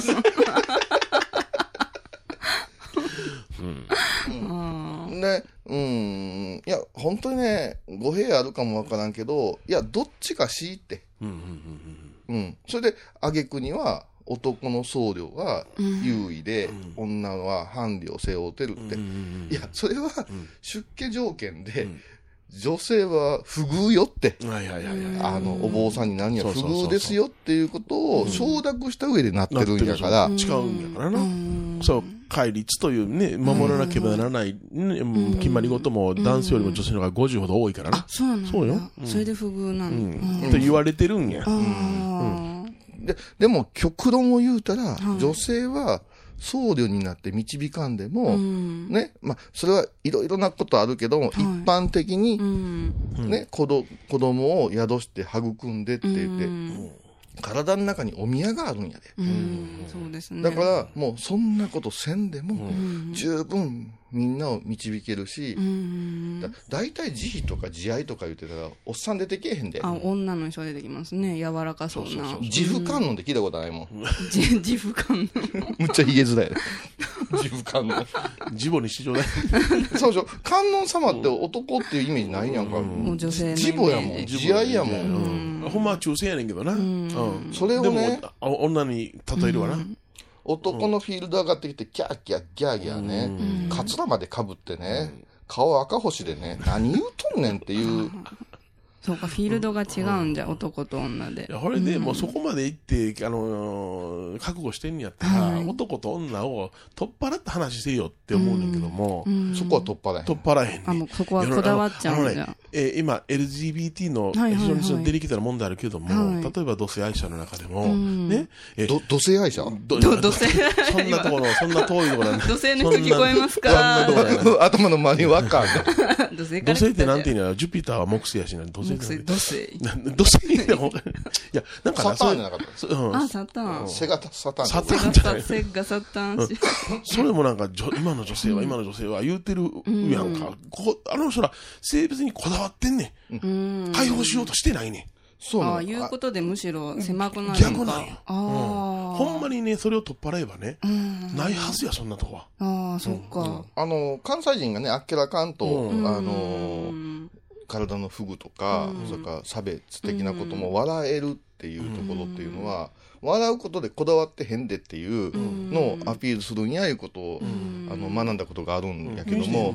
Speaker 4: で、うん、いや、本当にね、語弊あるかもわからんけど、いや、どっちかしいって。
Speaker 3: うんうんうん
Speaker 4: うん。それで、挙句には、男の僧侶が優位で、女は伴侶を背負ってるって。いや、それは出家条件で、女性は不遇よって。
Speaker 3: うん。はいはいはいはい。
Speaker 4: あの、お坊さんに何や不
Speaker 3: そうそうそうそう
Speaker 4: 遇ですよっていうことを承諾した上でなってるんやから、
Speaker 3: 違うんやからな。そう、戒律というね、守らなければならない、ねうん決まり事も男性よりも女性の方がごじゅうほど多いからな。
Speaker 2: そうなんだ。
Speaker 3: そうようん
Speaker 2: それで不遇な
Speaker 3: う
Speaker 2: の。
Speaker 3: ん。と言われてるんや。
Speaker 2: あ
Speaker 4: で、でも極論を言うたら、
Speaker 2: はい
Speaker 4: 女性は僧侶になって導かんでも、
Speaker 2: あ。うん。
Speaker 4: ね、まあ、それはいろいろなことあるけども、一般的に
Speaker 2: う、ん。
Speaker 4: ね、子ど子供を宿して育んでって言って、
Speaker 2: うん
Speaker 4: 体の中にお宮があるんやで。
Speaker 2: うん。そうですね。
Speaker 4: だから、もうそんなことせんでも、
Speaker 2: うん
Speaker 4: 十分みんなを導けるし、
Speaker 2: うん
Speaker 4: だ大体慈悲とか慈愛とか言ってたら、おっさん出てけえへんで。
Speaker 2: あ、女の人出てきますね。柔らかそうな。
Speaker 4: 自負観音って聞いたことないもん。
Speaker 2: じ自負感の。
Speaker 4: むっちゃヒゲ面やで。自負観音。
Speaker 3: ジボにしてちょうだい。
Speaker 4: そうでしょ。観音様って男っていうイメージないやんか。
Speaker 2: もう女性のイメージ。
Speaker 4: 自母やもん。慈愛やもん。
Speaker 3: うんほんまは中性やねんけどな。うん
Speaker 4: それをね
Speaker 3: でも、あ女に例えるわな。
Speaker 4: 男のフィールド上がってきて、キャーキャーギャーギャーね、カツラまでかぶってね、顔赤星でね、何言うとんねんっていう。
Speaker 2: そうか、フィールドが違うんじゃ、男と女で
Speaker 3: い。や、これでもうそこまで行って、あのー覚悟してんやったら、
Speaker 2: はい
Speaker 3: 男と女を取っ払って話せよって思うねんけども、
Speaker 4: そこは取っ払えへん。
Speaker 3: 取っ払えへんねん。
Speaker 2: あもうそこはこだわっちゃうんじゃ
Speaker 3: あのねえー今、エルジービーティー の
Speaker 2: はいはいはい
Speaker 3: 非常にそのデリケートな問題あるけども、
Speaker 2: はい
Speaker 3: 例えば同性愛者の中でも、
Speaker 2: ん
Speaker 3: ね、えー
Speaker 4: ど、土星愛者
Speaker 3: ど
Speaker 2: ど土星
Speaker 3: そんなところ、そんな遠いところなんで
Speaker 2: 土星の人聞こえますか
Speaker 3: そんなところやな
Speaker 4: 頭の真に輪っかあるの。
Speaker 2: 土星から
Speaker 3: 土星ってなんて
Speaker 2: いう
Speaker 3: いうのは、ジュピターは木星やしな、土星って
Speaker 2: 木星、
Speaker 3: なんて
Speaker 2: 土星。
Speaker 3: 土星いや、ほんいや、なんか
Speaker 4: サ
Speaker 3: な、そう
Speaker 4: ターンじゃなかった。
Speaker 3: そううん
Speaker 2: あ、サターン。
Speaker 4: セガタ、サターン。
Speaker 3: サターン
Speaker 2: セガサ、セガサターンし。
Speaker 3: それもなんか、じょ今の女性は、今の女性は言うてるやんか。こあの人ら、性別にこだわってんねん。
Speaker 2: うん。
Speaker 3: 解放しようとしてないねん。
Speaker 4: そうなの
Speaker 2: ああ、いうことでむしろ狭くなるのか。
Speaker 3: 逆なんや。
Speaker 2: ああ。
Speaker 3: ほんまにね、それを取っ払えばね、
Speaker 2: うん。
Speaker 3: ないはずや、そんなとこは。
Speaker 2: ああ、そっか。
Speaker 4: あの、関西人がね、あっけらかんと、
Speaker 3: うん
Speaker 4: あ
Speaker 2: う
Speaker 4: の、
Speaker 2: ん
Speaker 4: 体のフグとか、それから差別的なことも笑えるっていうところっていうのは、笑うことでこだわってへんでっていうのをアピールするんやいうことを、あの学んだことがあるんやけども、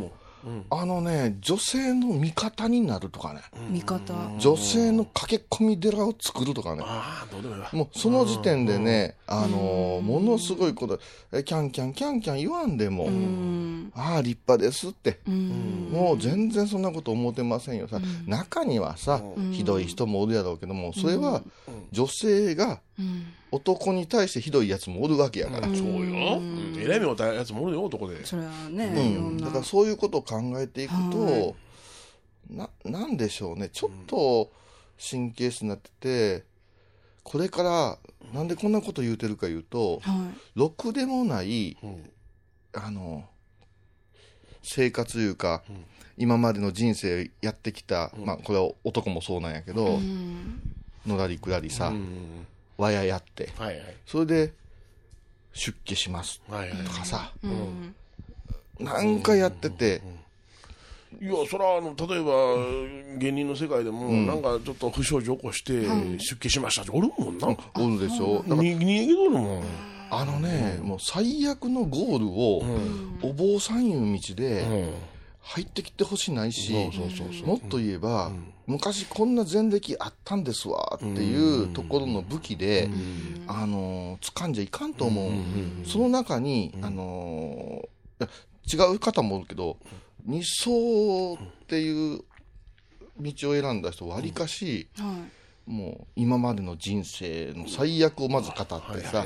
Speaker 4: あのね、女性の味方になるとかね、
Speaker 2: 味方。
Speaker 4: 女性の駆け込み寺を作るとかね、
Speaker 3: ああ、どうでもいいわ。
Speaker 4: もうその時点でね、あのーものすごいこと、えキャンキャンキャンキャン言わんでも、ああ、立派ですって、もう全然そんなこと思ってませんよ。さ、中にはさ、ひどい人もおるやろうけども、それは女性が男に対してひどいやつもおるわけやから。
Speaker 3: そうよ。えらい目をたやつもおるよ、男で。
Speaker 2: それはね、
Speaker 4: う
Speaker 2: いろん
Speaker 4: ん、
Speaker 2: な
Speaker 4: だからそういうことを考えていくと、な、なんでしょうね、ちょっと神経質になってて、これからなんでこんなこと言うてるか言うと、
Speaker 2: は
Speaker 4: ろくでもない、
Speaker 3: うん
Speaker 4: あの、生活というか、今までの人生やってきた、まあこれは男もそうなんやけど、
Speaker 2: い。うん。
Speaker 4: のらりくらりさ、
Speaker 3: うん
Speaker 4: わややって、
Speaker 3: はいはい。
Speaker 4: それで出家します
Speaker 3: はいはい。
Speaker 4: とかさ、
Speaker 2: うん。
Speaker 4: なんかやってて、
Speaker 3: いや、そら、あの、例えば、芸人の世界でも、なんかちょっと不祥事起こして、出家しましたっておるもんな。
Speaker 4: おるでしょ。だから
Speaker 3: に逃げとるもん。
Speaker 4: あのね、もう最悪のゴールを、お坊さんいう道で入ってきてほしないし、もっと言えば、昔こんな前歴あったんですわっていうところの武器で、あの掴んじゃいかんと思う。その中に、あの違う方もおるけど、二層っていう道を選んだ人わりかし、
Speaker 2: はい。
Speaker 4: もう今までの人生の最悪をまず語ってさ、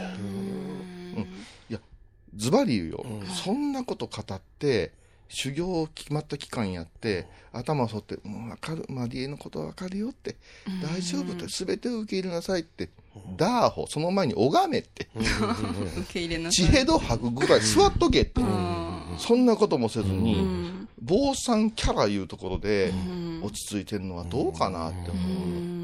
Speaker 4: いやズバリ言うよ、そんなこと語って修行決まった期間やって頭反ってもう分かる、マリエのことは分かるよって、大丈夫って全てを受け入れなさいって、ダーホ、その前に拝めって、
Speaker 2: 受け入れなさい。
Speaker 4: 地平道吐くぐらい座っとけって、そんなこともせずに、坊さんキャラいうところで落ち着いてるのはどうかなって思う。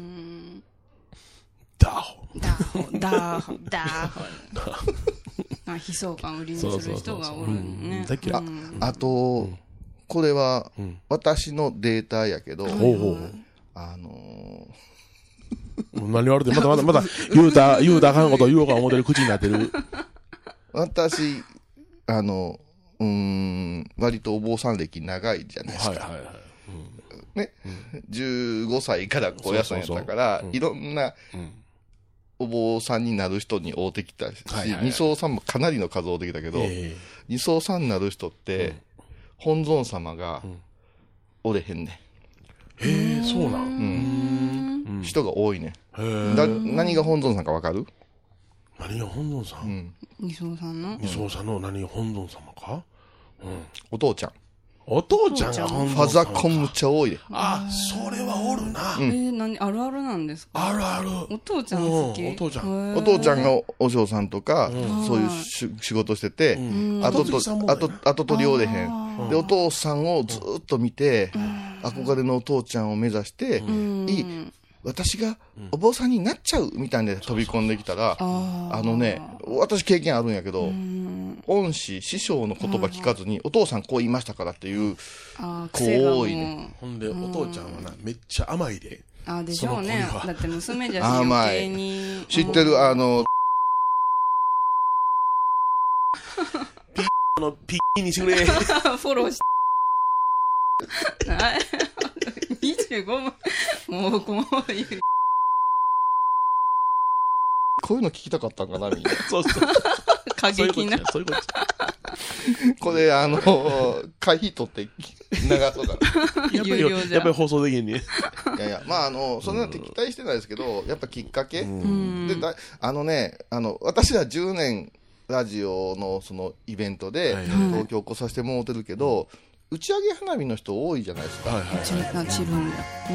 Speaker 3: ダーホ。
Speaker 2: ダーホ、ダーホ、ダーホ。あ、悲壮感を売りにする人がおるんね。
Speaker 3: だっけ、
Speaker 4: ああと、これは私のデータやけど、あの
Speaker 3: 何言われて、まだまだまだ言うた、言うたあかんこと言おうか思ってる口になってる。
Speaker 4: 私、あの、うーん、割とお坊さん歴長いじゃないですか。
Speaker 3: はいはいはい。
Speaker 4: ね、じゅうごさいから高野山やったから、いろんなお坊さんになる人に会うてきたし、二層さんもかなりの数会うてきたけど、二層さんになる人って、本尊様がおれへんね
Speaker 3: ん。へえ、そうなん。
Speaker 4: うん。人が多いね。だ何が本尊さんかわかる？
Speaker 3: 何が本尊さん？うん。
Speaker 2: 二層さんの
Speaker 3: 二層さんの何が本尊様か？うん。
Speaker 4: お父ちゃん。
Speaker 3: お父ちゃんが本尊様か。
Speaker 4: ファザコンむっちゃ多いで。
Speaker 3: あ、それはおるな。
Speaker 2: えー、何、あるあるなんですか？
Speaker 3: あるある。
Speaker 2: お父ちゃん好き？
Speaker 3: お父ちゃん。
Speaker 4: お父ちゃんがお嬢さんとか、そういう仕事してて、後と、後、後取りおれへん。で、お父さんをずっと見て、憧れのお父ちゃんを目指して、いい、私がお坊さんになっちゃうみたいで飛び込んできたら、あのね、私経験あるんやけど、恩師、師匠の言葉聞かずに、お父さんこう言いましたからっていう子多いね。
Speaker 3: ほんで、お父ちゃんはな、めっちゃ甘いで。
Speaker 2: あ、でしょうね。だって娘じゃし余計に。
Speaker 4: 知ってる、あの、
Speaker 3: ピーのピーにしてくれ。
Speaker 2: フォローして。にじゅうごまん。もう、もう言う。
Speaker 4: こういうの聞きたかったんかな、みんな。
Speaker 3: そうそう。
Speaker 2: 過激な。
Speaker 3: そういうこと。
Speaker 4: これ、あの、会費取って流そうかな。
Speaker 3: やっぱり、やっぱり放送できんね。
Speaker 4: いやいや、まあ、あの、そんな敵対してないですけど、やっぱきっかけでだ、あのね、あの、私はじゅうねんラジオのそのイベントで、東京来させてもらってるけど、打ち上げ花火の人多いじゃないですか。
Speaker 2: はいはい。チルンだ。
Speaker 4: うん。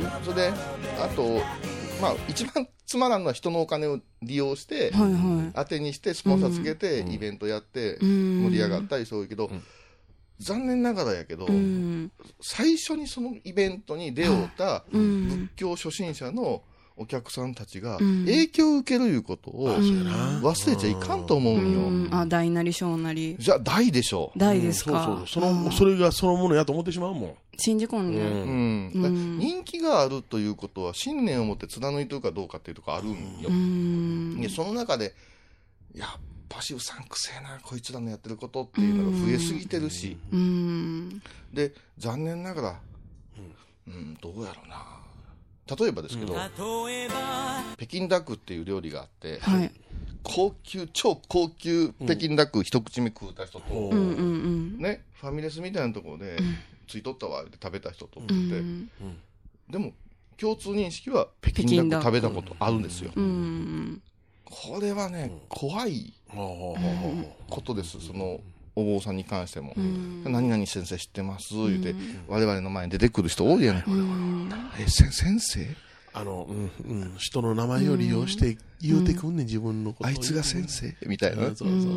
Speaker 4: それで、あと、まあ、一番つまらんのは人のお金を利用して、はいはい、当てにしてスポンサーつけて、イベントやって盛り上がったりそういうけど、うん、残念ながらやけど、うん、最初にそのイベントに出会った仏教初心者のお客さんたちが影響を受けるいうことを忘れちゃいかんと思うんよ。
Speaker 2: うん、あ、大なり小なり。
Speaker 4: じゃあ大でしょう。
Speaker 2: 大ですか。
Speaker 3: そうそう。その、それがそのものやと思ってしまうもん。
Speaker 2: 信じ込んで、うん
Speaker 4: うん、人気があるということは信念を持って貫いてるかどうかっていうところあるんよ。うん、その中でやっぱしうさんくせえなこいつらのやってることっていうのが増えすぎてるし、
Speaker 2: うん、
Speaker 4: で残念ながら、うん、うん、どうやろうな、例えばですけど、うん、北京ダックっていう料理があって、はい、高級超高級北京ダック一口目食うた人と、うん、ね、ファミレスみたいなところで、うん、ついとったわって食べた人とって、うん、でも共通認識は北京ダック食べたことあるんですよ、うん、これはね、うん、怖いことです。そのお坊さんに関しても、うん、何々先生知ってます言うて、うん、我々の前に出てくる人多いやね、うん、え先生
Speaker 3: あの、うんうん、人の名前を利用して言うてくんねん、うん、自分のことを。
Speaker 4: あいつが先生みたいな、
Speaker 3: そうそうそう、うん、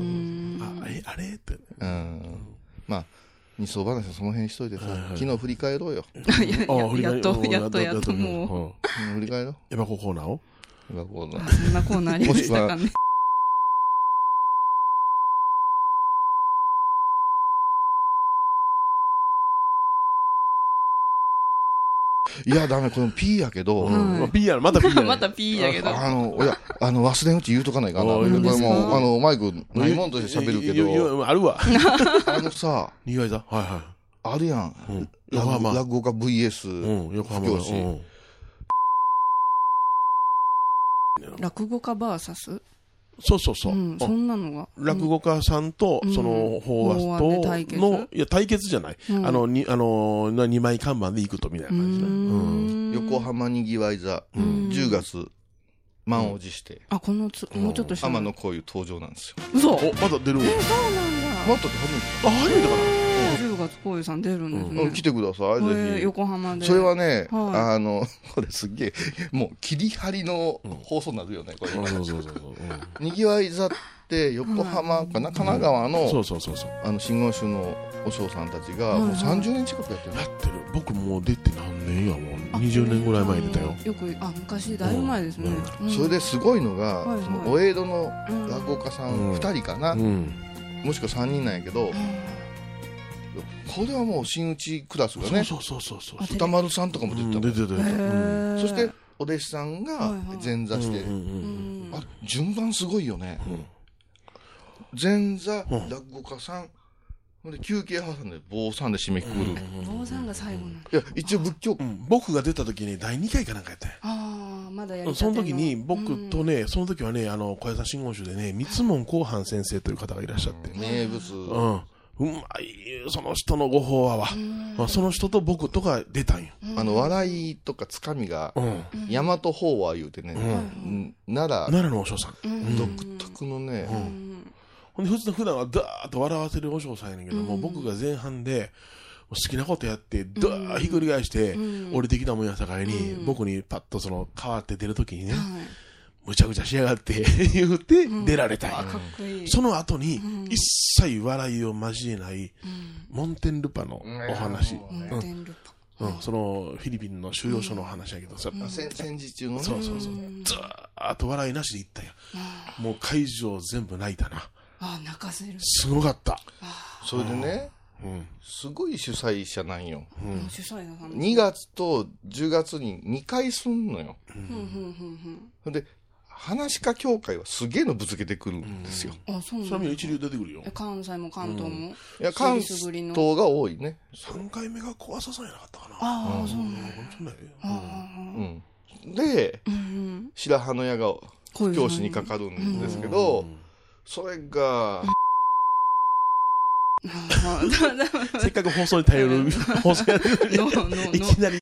Speaker 3: あえあれって、うん、
Speaker 4: まあ二層話はその辺にしといてさ、はいはい、昨日振り返ろうよ
Speaker 2: いややっとやっとやっとも
Speaker 4: う、うん、振り返ろう。
Speaker 3: エバココーナーを
Speaker 4: エバコーナー
Speaker 2: そんなコーナーありましたかね。
Speaker 4: いやダメこの P やけど、
Speaker 3: うん、まあ、P やまた P や、ね、
Speaker 2: また P やけど、
Speaker 4: あのいやあの忘れんうち言うとかないかな。これもうあのマイクないもんとして喋るけど
Speaker 3: あるわ
Speaker 4: あのさ
Speaker 3: にがい座はいはい
Speaker 4: あるやん、うん、
Speaker 3: 横浜
Speaker 4: 落語家 ブイエス、
Speaker 3: うん、横浜
Speaker 4: 教師、うん、
Speaker 2: 落語家 ブイエス
Speaker 3: そうそうそう、
Speaker 2: うん、そんなのが
Speaker 3: 落語家さんと、うん、その法話とのいや対決じゃない、うん、あのにあのにまい看板で行くとみたいな感じだ、うん、
Speaker 4: 横浜にぎわい座、うん、じゅうがつ満を持して、うん、
Speaker 2: あこのつもうちょっとした
Speaker 4: 天野こういう登場なんですよ。
Speaker 2: 嘘
Speaker 3: おまだ出る
Speaker 2: えー、そうなんだ。
Speaker 4: またって初めて
Speaker 3: あ初めてかな、
Speaker 2: じゅうがつこういうさん出るんですね、
Speaker 4: うん、来てくださいぜひ
Speaker 2: 横浜で。
Speaker 4: それはね、はい、あのこれすっげえもう切り張りの放送になるよね、これにぎわい座って横浜かな、神奈川のあの真言宗のお嬢さんたちがもうさんじゅうねん近くやってる、
Speaker 3: やってる。僕もう出て何年やもうにじゅうねんぐらい前に出たよ。
Speaker 2: よくあ昔だいぶ前ですね、
Speaker 4: うんうん、それですごいのが、はいはい、そのお江戸の落語家さんふたりかな、うん、もしくはさんにんなんやけど、うん、これはもう真打ちクラスがね、
Speaker 3: そうそうそうそう
Speaker 4: 歌丸さんとかも出てた、うん、
Speaker 3: 出てた、うん、
Speaker 4: そしてお弟子さんが前座して、あ順番すごいよね、うん、前座落語家さんで休憩挟んで坊さんで締めくくる、
Speaker 2: 坊さんが最後なの。い
Speaker 4: や一応仏教、
Speaker 3: うん、僕が出た時にだいにかいかなんかやったよ。
Speaker 2: ああまだやりたて
Speaker 3: のその時に僕とね、うん、その時はねあの小屋座真言宗でね三門公範先生という方がいらっしゃって、
Speaker 4: 名物、
Speaker 3: うんうまいその人のご法話は、まあ、その人と僕とか出たんよ。
Speaker 4: あの笑いとかつかみが、うん、大和法話言うてね、うん、奈良
Speaker 3: 奈良のお嬢さん、
Speaker 4: うん、独特のね、うん
Speaker 3: ほんで普段はダーッと笑わせるお嬢さんやねんけど、うん、もう僕が前半で好きなことやってダーッひっくり返して降りてきたもんやさかいに、うん、僕にパッとその変わって出るときにね、むちゃくちゃしやがって言うて出られたんや、うん、その後に一切笑いを交えない、うん、モンテンルパのお話、うんうん、うん、そのフィリピンの収容所の話やけどさ、
Speaker 4: うん、戦時中のね、
Speaker 3: そうそうそう、ずーっと笑いなしで行ったんや、もう会場全部泣いたな。
Speaker 2: あ泣かせる。
Speaker 3: すごかった。
Speaker 4: それでね、うん、すごい主催者なんよ、
Speaker 2: うん、主催者さん
Speaker 4: にがつとじゅうがつににかいすんのよ、うんうん、で話家協会はすげえのぶつけてくるんですよ、
Speaker 2: うん、あそうなんだ。
Speaker 3: それも一流出てくるよ。
Speaker 2: 関西も関東も、うん、い
Speaker 4: や関東が多いね。
Speaker 3: さんかいめが怖ささんやなかったかな。
Speaker 2: ああそうなんだ、
Speaker 4: うんうん、で、うん、白羽の矢が教師にかかるんですけど、うん、それが
Speaker 3: せっかく放送に頼る放送やるのにいきなり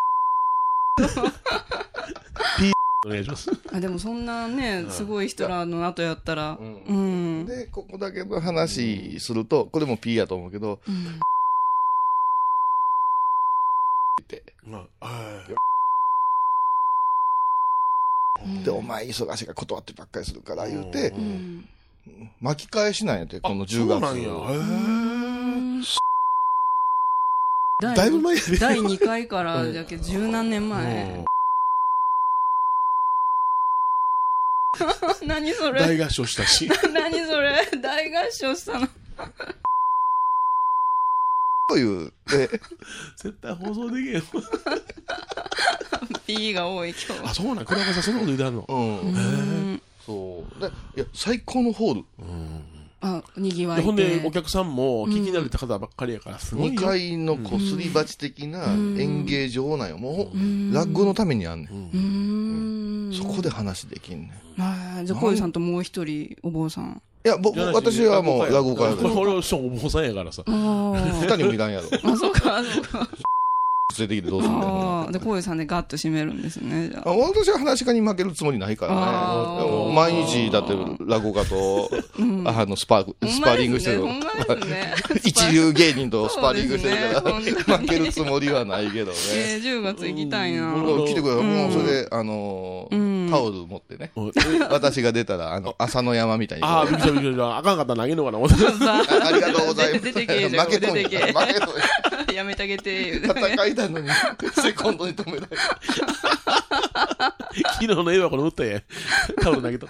Speaker 3: ピーお願いします。
Speaker 2: あでもそんなねすごい人らの後やったら、うんうん、
Speaker 4: でここだけの話するとこれも P やと思うけど、うん、ってでお前忙しいから断ってばっかりするから言うて、うん、巻き返しなんやてこのじゅうがつ。そうなんや。へー
Speaker 3: だいぶ前や
Speaker 2: でだいにかいからじゃけ十何年前、うん、何それ
Speaker 3: 大合唱したし
Speaker 2: 何それ大合唱したの
Speaker 4: というで
Speaker 3: 絶対放送できへん
Speaker 2: P が多い今日。
Speaker 3: あそうなん倉岡さんそんなこと言うてあるの。うんへ
Speaker 4: そうでいや最高のホール、うん
Speaker 2: にぎわいて。
Speaker 3: でほんで、お客さんも聞き慣れた方ばっかりやから、すごいよ。
Speaker 4: にかいのこすり鉢的な演芸場なんよ。もう、落語のためにあんねん。
Speaker 2: うん
Speaker 4: そこで話できんねん。
Speaker 2: はい。じゃあ、こういうさんともう一人、お坊さん。
Speaker 4: いや、僕、私はもう落語家やから。
Speaker 3: 俺はお坊さんやからさ。
Speaker 4: 二人もいらんやろ。
Speaker 2: あ、そうか、そうか。
Speaker 4: 連れてきてどうすんだよ。
Speaker 2: ああ、で、こういうさんでガッと締めるんですね、じゃあ。
Speaker 4: 私は話し家に負けるつもりないからね。毎日、だって、落語家と、あの、スパ、スパーリングしてる。一流芸人とスパーリングしてるから、負けるつもりはないけどね。
Speaker 2: えー、じゅうがつ行きたいな。
Speaker 4: 来てくれ。もうそれで、あの、タオル持ってね。私が出たら、あの、朝の山みたいに。
Speaker 3: ああ、びっくりしたびっくりした。あかんかったら投げんのかな、思って
Speaker 4: ありがとうございます。
Speaker 2: 出てけ、
Speaker 4: 負けとんや。
Speaker 2: 出てけ。
Speaker 4: 負けとんや。
Speaker 2: やめてあげて。
Speaker 4: 戦いたのに、セコンドに止められた。
Speaker 3: 昨日の絵はこの打ったやん。タオル投げとった。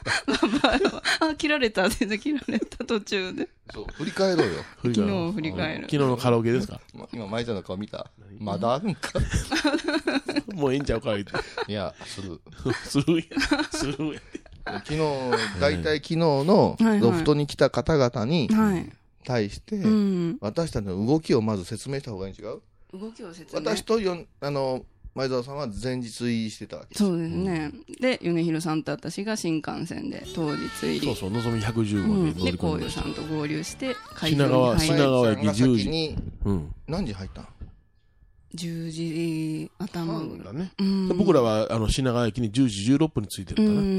Speaker 2: あ、切られた。全然切られた途中で。
Speaker 4: そう、振り返ろうよ。
Speaker 2: 昨日を振り返る。
Speaker 3: 昨日のカラオケですか？
Speaker 4: 今、舞ちゃんの顔見た？まだあるんか？
Speaker 3: もうええんちゃうか言って。
Speaker 4: いや、する。
Speaker 3: するやん。するやん。
Speaker 4: 昨日、大体昨日のロフトに来た方々に対して、私たちの動きをまず説明した方がいいん違う？
Speaker 2: 動きを説明。
Speaker 4: 私とよ、あの、前澤さんは前日入りしてたわけ。
Speaker 2: そうですね。で、米広さんと私が新幹線で当日入り。
Speaker 3: そうそう、のぞみひゃくじゅうごで乗り込
Speaker 2: で、こ
Speaker 3: みました。
Speaker 2: ういうさんと合流して、
Speaker 3: 品川、品川駅じゅうじ。
Speaker 4: に、
Speaker 3: うん。
Speaker 4: 何時入ったん？
Speaker 2: じゅうじ頭ぐらい。
Speaker 3: ね。僕らは、あの、品川駅にじゅうじじゅうろっぷんに着いてるかな。
Speaker 2: うん。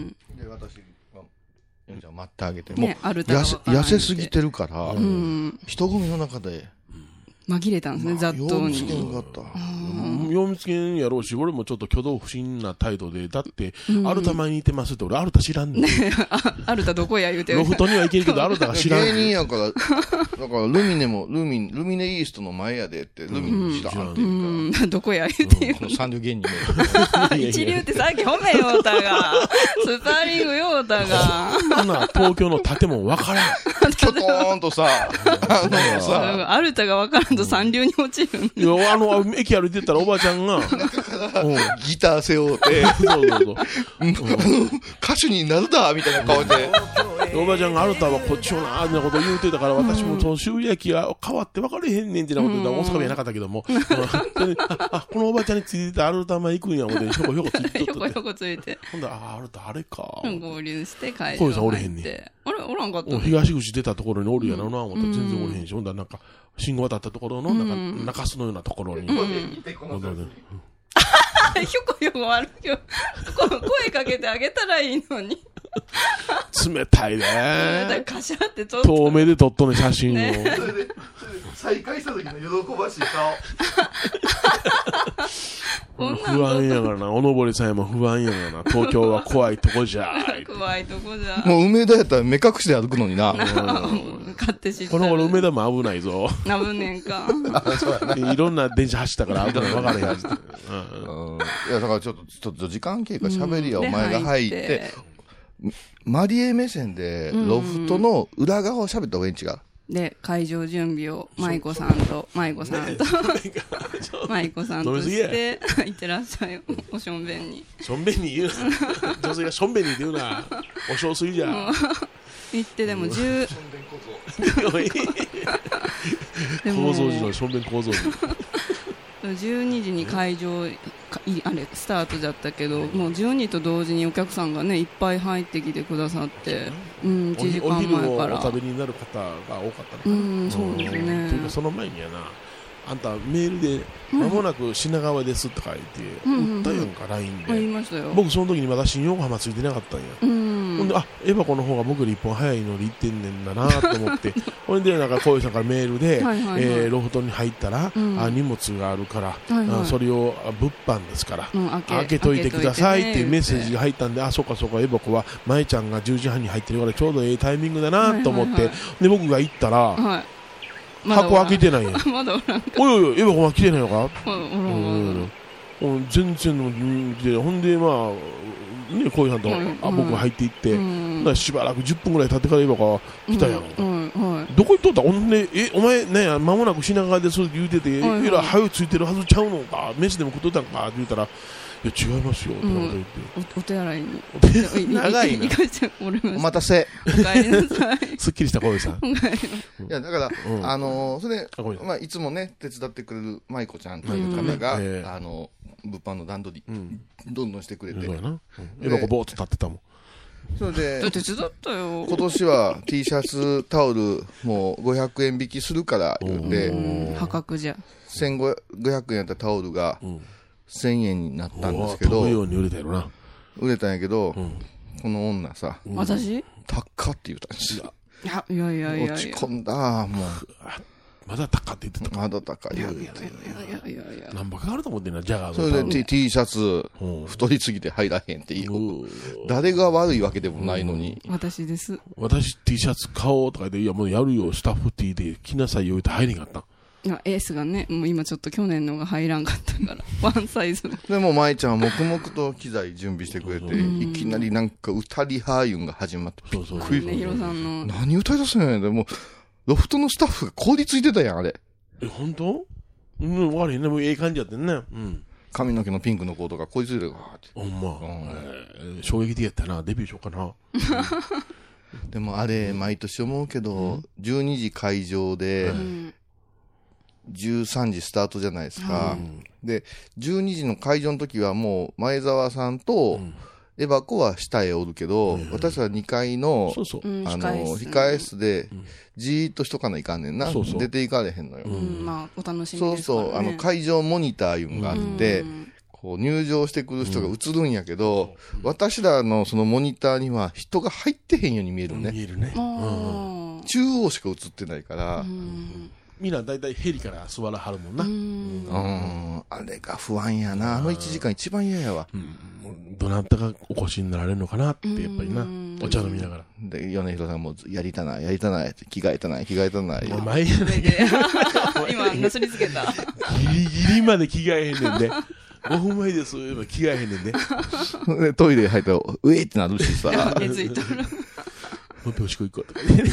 Speaker 4: で、私が、じゃあ待ってあげて。もう、
Speaker 2: 痩
Speaker 4: せすぎてるから、人混みの中で、
Speaker 2: 紛れたんですね、ざっとに。
Speaker 3: よう見つけんやろうし、俺もちょっと挙動不審な態度で、だって、アルタ前にいてますって、俺アルタ知らんねん。
Speaker 2: アルタどこや言うてる。
Speaker 3: ロフトには行けるけど、アルタが知らんねん。
Speaker 4: 芸人やから、だからルミネも、ルミ、ルミネイーストの前やでって、ルミネ知らんって言うから。
Speaker 2: どこや言うてる。
Speaker 4: この三流芸人
Speaker 2: も。一流ってさっき褒めようたが。スパーリングようたが。
Speaker 3: そんな、東京の建物わからん。
Speaker 4: ちょとーんとさ、あの
Speaker 2: さ、アルタがわからんと三流に落ちる。
Speaker 3: いや、あの、駅歩いてたらおばちゃんが、
Speaker 4: ギター背負うて、
Speaker 3: そうそうそう。
Speaker 4: 歌手になるだみたいな顔で。
Speaker 3: おばちゃんがアルタはこっちよな、みたいなこと言うてたから、私もその終駅が変わって分かれへんねんってなこと言ったら、大阪弁やなかったけども、あ、このおばちゃんについてたアルタ前行くんや、思って、ひょこひょこついて
Speaker 2: ひょこひょこついて。
Speaker 3: ほんだら、あ、アルタあれか。
Speaker 2: 合流して帰る。
Speaker 3: こういうさんおれへんねん。
Speaker 2: あれ、おらんかった。
Speaker 3: 東口出たところにおるやろな、思ったら全然おれへんし、ほんだらなんか、信号渡ったところの、なんか、中洲のようなところに。
Speaker 2: ひょこひょこ歩くよ。声かけてあげたらいいのに。
Speaker 3: 冷たいね。
Speaker 2: 冷たい、カシャってちょっと。
Speaker 3: 遠目で撮っとね、写真を。
Speaker 4: 再会した時の喜ばしい顔。
Speaker 3: 不安やからな。おのぼりさんも不安やからな。東京は怖いとこじゃ。
Speaker 2: 怖いとこじゃ。
Speaker 4: もう梅田やったら目隠して歩くのにな。
Speaker 2: 勝手知った。
Speaker 3: この頃梅田も危ないぞ。
Speaker 2: 危ねんか。
Speaker 3: いろんな電車走ったから危ない。分からへんやつ。い
Speaker 4: や、だからちょっと、ちょっと時間経過喋りやお前が入って、マリエ目線でロフトの裏側を喋った方がいいん違う？
Speaker 2: で、会場準備を、舞子さんと、舞子さんと、舞子さんとして、行ってらっしゃい、おしょんべんに。
Speaker 3: しょんべんに言うな。女性がしょんべんに言うな。お小水じゃ。
Speaker 2: 行ってでも十、
Speaker 3: 構造時のしょんべん構造時。
Speaker 2: じゅうにじに会場、あれ、スタートだったけど、もうじゅうにと同時にお客さんがね、いっぱい入ってきてくださって、うん、いちじかんまえから。
Speaker 3: お食べになる方が多かった
Speaker 2: ね。うん、そうですね。
Speaker 3: というか、その前にやな、あんたメールで、まもなく品川ですとか言って、売ったやんか、ラインで。
Speaker 2: 言いましたよ。
Speaker 3: 僕、その時にまだ新横浜ついてなかったんや。ほんで、あ、エヴァコの方が僕より一本早いので行ってんねんだなと思って、ほんで、なんか、こういうさんからメールで、えロフトに入ったら、あ、荷物があるから、それを物販ですから、開けといてくださいっていうメッセージが入ったんで、あ、そうかそうか、エヴァコは、舞ちゃんがじゅうじはんに入ってるからちょうどええタイミングだなと思って、で、僕が行ったら、箱開けてないやん。
Speaker 2: まだおらんか。
Speaker 3: おいおい、エヴァコは来てないのか？全然の、ほんで、まあ、ね、こういうさんと、あ、僕が入っていって、しばらくじゅっぷんぐらい経ってからエヴァコが来たやんか。どどこ行っとったおんねえ、お前ね、間もなく品川ですって言うてて、
Speaker 2: はいはい
Speaker 3: えら、はよついてるはずちゃうのか、飯でも食っとったんかって言ったら、いや、違いますよ、って
Speaker 2: うん
Speaker 3: 言って。
Speaker 2: おお手洗いに
Speaker 4: 長いな
Speaker 2: 行かしてもらいま
Speaker 4: お
Speaker 2: す。
Speaker 4: 待たせ。
Speaker 2: お帰りなさい。
Speaker 3: すっきりした声さん。
Speaker 2: お帰りなさい。
Speaker 4: いや、だから、
Speaker 3: うん
Speaker 4: あのーそれで
Speaker 3: あごめん、
Speaker 4: まあ、いつもね、手伝ってくれる舞子ちゃんという方が、
Speaker 3: うんええ
Speaker 4: あの、物販の段取り、
Speaker 3: うん。
Speaker 4: どんどんしてくれて
Speaker 3: そう、やな。うん今こうぼーっと立ってたもん。
Speaker 4: それで
Speaker 2: だっ、て手伝ったよ。
Speaker 4: 今年は T シャツ、タオル、もうごひゃくえん引きするから言う
Speaker 2: う
Speaker 4: て、
Speaker 2: ん破格じゃ。
Speaker 4: せんごひゃくえんやったタオルが
Speaker 3: うん。
Speaker 4: せんえんになったんですけど
Speaker 3: 飛ぶ、ように売れたやろな。
Speaker 4: 売れたんやけど、
Speaker 3: ん
Speaker 4: この女さ、
Speaker 2: 私い
Speaker 4: 高っって言ったんですよ。
Speaker 2: や、いやいやいやいや。
Speaker 4: 落ち込んだ、もう、
Speaker 3: まだ高って言ってたか
Speaker 4: まだ高いよ。
Speaker 2: いやいやいやいや。
Speaker 3: 何ばかかると思ってんな、ジャガーの
Speaker 4: それで T, T シャツ
Speaker 3: うん、
Speaker 4: 太りすぎて入らへんっていう。
Speaker 3: うん
Speaker 4: 誰が悪いわけでもないのに。
Speaker 2: 私です。
Speaker 3: 私 T シャツ買おうとか言って、いやもうやるよ、スタッフ T で着なさいよって入れんかった。
Speaker 2: いや、エースがね、もう今ちょっと去年のが入らんかったから、ワンサイズ。
Speaker 4: でも舞ちゃんは黙々と機材準備してくれて、いきなりなんか歌りはーゆんが始まって、
Speaker 3: そうそう
Speaker 4: びっくり
Speaker 2: ね、ヒロさんの。
Speaker 4: 何歌い出すんやねん。でも、ロフトのスタッフが凍りついてたやん、あれ。
Speaker 3: え、本当？うん、わかるへんね。もうええ感じやってんね。うん。
Speaker 4: 髪の毛のピンクの子とか凍りついてるわーって。
Speaker 3: ほんま。
Speaker 4: ん
Speaker 3: えー衝撃的やったな。デビューしようかな。
Speaker 4: でもあれ、毎年思うけど、じゅうにじ会場で
Speaker 2: う、ん。
Speaker 4: じゅうさんじスタートじゃないですか。
Speaker 3: うん
Speaker 4: で、じゅうにじの会場の時はもう、前澤さんと、
Speaker 3: ん
Speaker 4: エバコは下へおるけど、私はにかいの
Speaker 3: そう、そう。
Speaker 2: うん
Speaker 4: あの、
Speaker 2: 控室
Speaker 4: 控え室で、じーっとしとかないかんねんな。
Speaker 3: そうそう
Speaker 4: 出ていかれへんのよ。
Speaker 2: うん、まあ、お楽しみ
Speaker 4: そう
Speaker 2: ですからね。
Speaker 4: そう、あの、会場モニターいうのがあって、
Speaker 2: うん
Speaker 4: こう入場してくる人が映るんやけど、私らのそのモニターには人が入ってへんように見えるね。
Speaker 3: 見えるね。
Speaker 2: あ
Speaker 4: 中央しか映ってないから、
Speaker 2: ーうん
Speaker 3: みんな大体ヘリから座らはるもんな。
Speaker 2: う
Speaker 3: うん
Speaker 2: ん
Speaker 4: うん、あれが不安やな。あのいちじかん一番嫌やわ。
Speaker 3: どなたがお越しになられるのかなって、やっぱりな
Speaker 2: うん。
Speaker 3: お茶飲みながら。
Speaker 4: で、米広さんも、やりたない、やりたないって、着替えたない、着替えたない。
Speaker 3: お前、ギ
Speaker 2: 今、なすりつけた。
Speaker 3: リギリまで着替えへんねんで。ごふんまえです、言えば着替えへんねんで。も
Speaker 4: でトイレ入ったら、うえってなるしさ。
Speaker 2: 熱いとる。
Speaker 3: う一回おしっこ行こうとかね。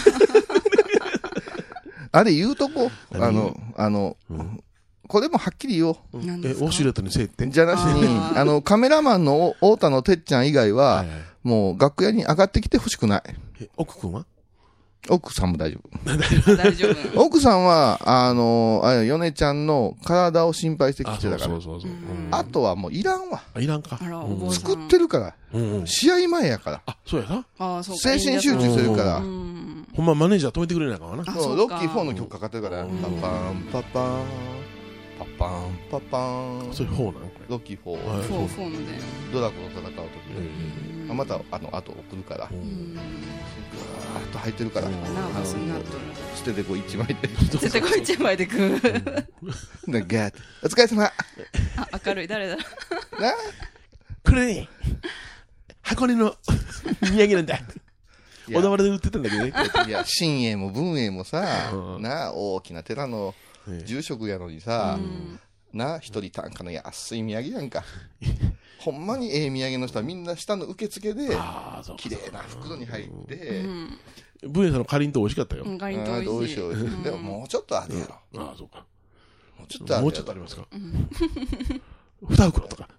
Speaker 4: あれ言うとこ、
Speaker 3: 何
Speaker 4: あの、あの、これもはっきり言おう。
Speaker 3: え、
Speaker 2: 何ですか
Speaker 3: ウォシュレットにせえって。
Speaker 4: じゃなしに、
Speaker 2: あー
Speaker 4: あの、カメラマンのお太田のてっちゃん以外は、
Speaker 3: はいはい
Speaker 4: もう楽屋に上がってきてほしくない。
Speaker 3: え、奥くんは
Speaker 4: 奥さんも大丈
Speaker 2: 大丈夫。
Speaker 4: 夫。奥さんは、あの、あれ、米ちゃんの体を心配してき
Speaker 3: あ、
Speaker 4: てたから
Speaker 3: そうそう。そうそう。うん
Speaker 4: あとはもういらんわ。
Speaker 3: あ、いらんか。
Speaker 2: あら、
Speaker 3: うん
Speaker 2: お坊さん。
Speaker 4: 作ってるから。
Speaker 3: うんうん。
Speaker 4: 試合前やから。
Speaker 3: あ、そうやな。
Speaker 2: ああ、そうか。
Speaker 4: 精神集中するから
Speaker 2: う。ん。
Speaker 3: ほんまマネージャー止めてくれないかもな。
Speaker 2: あ
Speaker 4: そう、
Speaker 2: そうか
Speaker 4: ロッキーフォーの曲かかってるから、
Speaker 3: うん
Speaker 4: パパン、パパン、パパン、パパン、
Speaker 3: そういう方なんこれ。
Speaker 4: ロッキーフォー、
Speaker 3: はい
Speaker 2: フォー、フォーので。
Speaker 4: ドラゴンと戦う時
Speaker 3: うん
Speaker 4: に、あまた、あの、後送るから、
Speaker 3: う
Speaker 4: ぐ
Speaker 2: うんん。
Speaker 4: ーっと入ってるから、
Speaker 3: うん
Speaker 2: ナーバスになっとる。
Speaker 4: 捨ててこう一枚で、
Speaker 2: 絶対これ一枚で食う。
Speaker 4: で、ガーッて、お疲れ様な、
Speaker 2: あ、明るい、誰だ
Speaker 3: これね、箱根の土産なんだ。
Speaker 4: いや
Speaker 3: 小田原で売ってたんだけどね。
Speaker 4: いや、新栄も文栄もさ
Speaker 3: う、ん
Speaker 4: な、大きな寺の
Speaker 3: ええ
Speaker 4: 住職やのにさ
Speaker 2: う、ん
Speaker 4: な、一人単価の安い土産やんか。ほんまにええ土産の人はみんな下の受付で、
Speaker 3: ああ、そうか。
Speaker 4: 綺麗な袋に入って、
Speaker 2: うん。
Speaker 3: ブエさんのかりんとう美味しかったよ。
Speaker 2: うん、ガリン
Speaker 4: あー
Speaker 2: と美味しい。
Speaker 4: どうしよう。でももうちょっとあるやろ。
Speaker 3: ああ、そうか。
Speaker 4: もうちょっとあるやろ。
Speaker 3: もうちょっとありますか。二袋とか。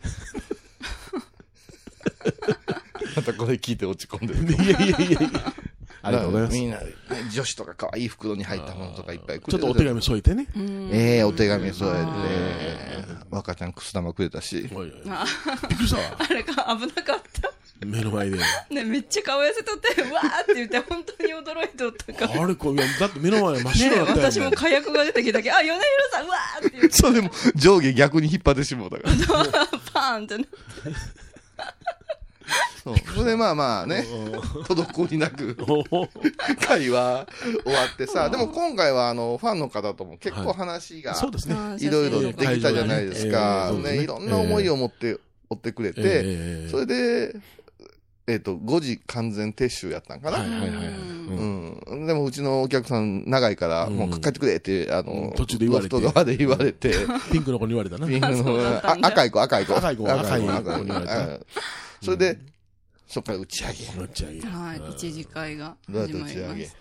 Speaker 4: またこれ聞いて落ち込んでる。
Speaker 3: いやいやいやいや。ありがとうございます。
Speaker 4: みんな、ね女子とか可愛い袋に入ったものとかいっぱいくれる
Speaker 3: ちょっとお手紙添えてね。
Speaker 2: うん
Speaker 4: ええお手紙添えて、若ちゃんくす玉くれたし。
Speaker 3: おいおい
Speaker 2: あ
Speaker 3: びっくりしたわ。
Speaker 2: あれか、危なかった。
Speaker 3: 目の前で。
Speaker 2: ね、めっちゃ顔痩せとって、わーって言って、本当に驚いとったから。
Speaker 3: あれこう、いやだって目の前真っ
Speaker 2: ね
Speaker 3: 白だったよ。
Speaker 2: 私も火薬が出てきたけど、あ、米広さん、うわーって言って、
Speaker 4: それも上下逆に引っ張ってしもうたから。
Speaker 2: パーンってな。
Speaker 4: そう。それでまあまあね、滞りなく
Speaker 3: おお
Speaker 4: 会話終わってさ、でも今回はあの、ファンの方とも結構話が、
Speaker 3: そうですね。
Speaker 2: あー
Speaker 4: いろいろできたじゃないですか。
Speaker 3: ええ
Speaker 4: ね、いろんな思いを持って追ってくれて、
Speaker 3: ええ
Speaker 4: それで、えっと、ごじ完全撤収やったんかな。
Speaker 3: はいはいはいはい。
Speaker 2: う
Speaker 3: うん
Speaker 4: うん。でもうちのお客さん長いから、
Speaker 3: うん
Speaker 4: もう帰ってくれって、あの、
Speaker 3: うん途中で言われて
Speaker 4: ロフト側で言われて、
Speaker 3: ピンクの子に言われたな。
Speaker 4: ピンクの
Speaker 2: そうだったんだ
Speaker 4: あ赤い子、赤い子。
Speaker 3: 赤い子赤い子
Speaker 4: 赤い
Speaker 3: に言われた
Speaker 4: うんそれで、そっから打ち上げ。
Speaker 3: 打ち上げ。
Speaker 2: はい、一次会が始まりました。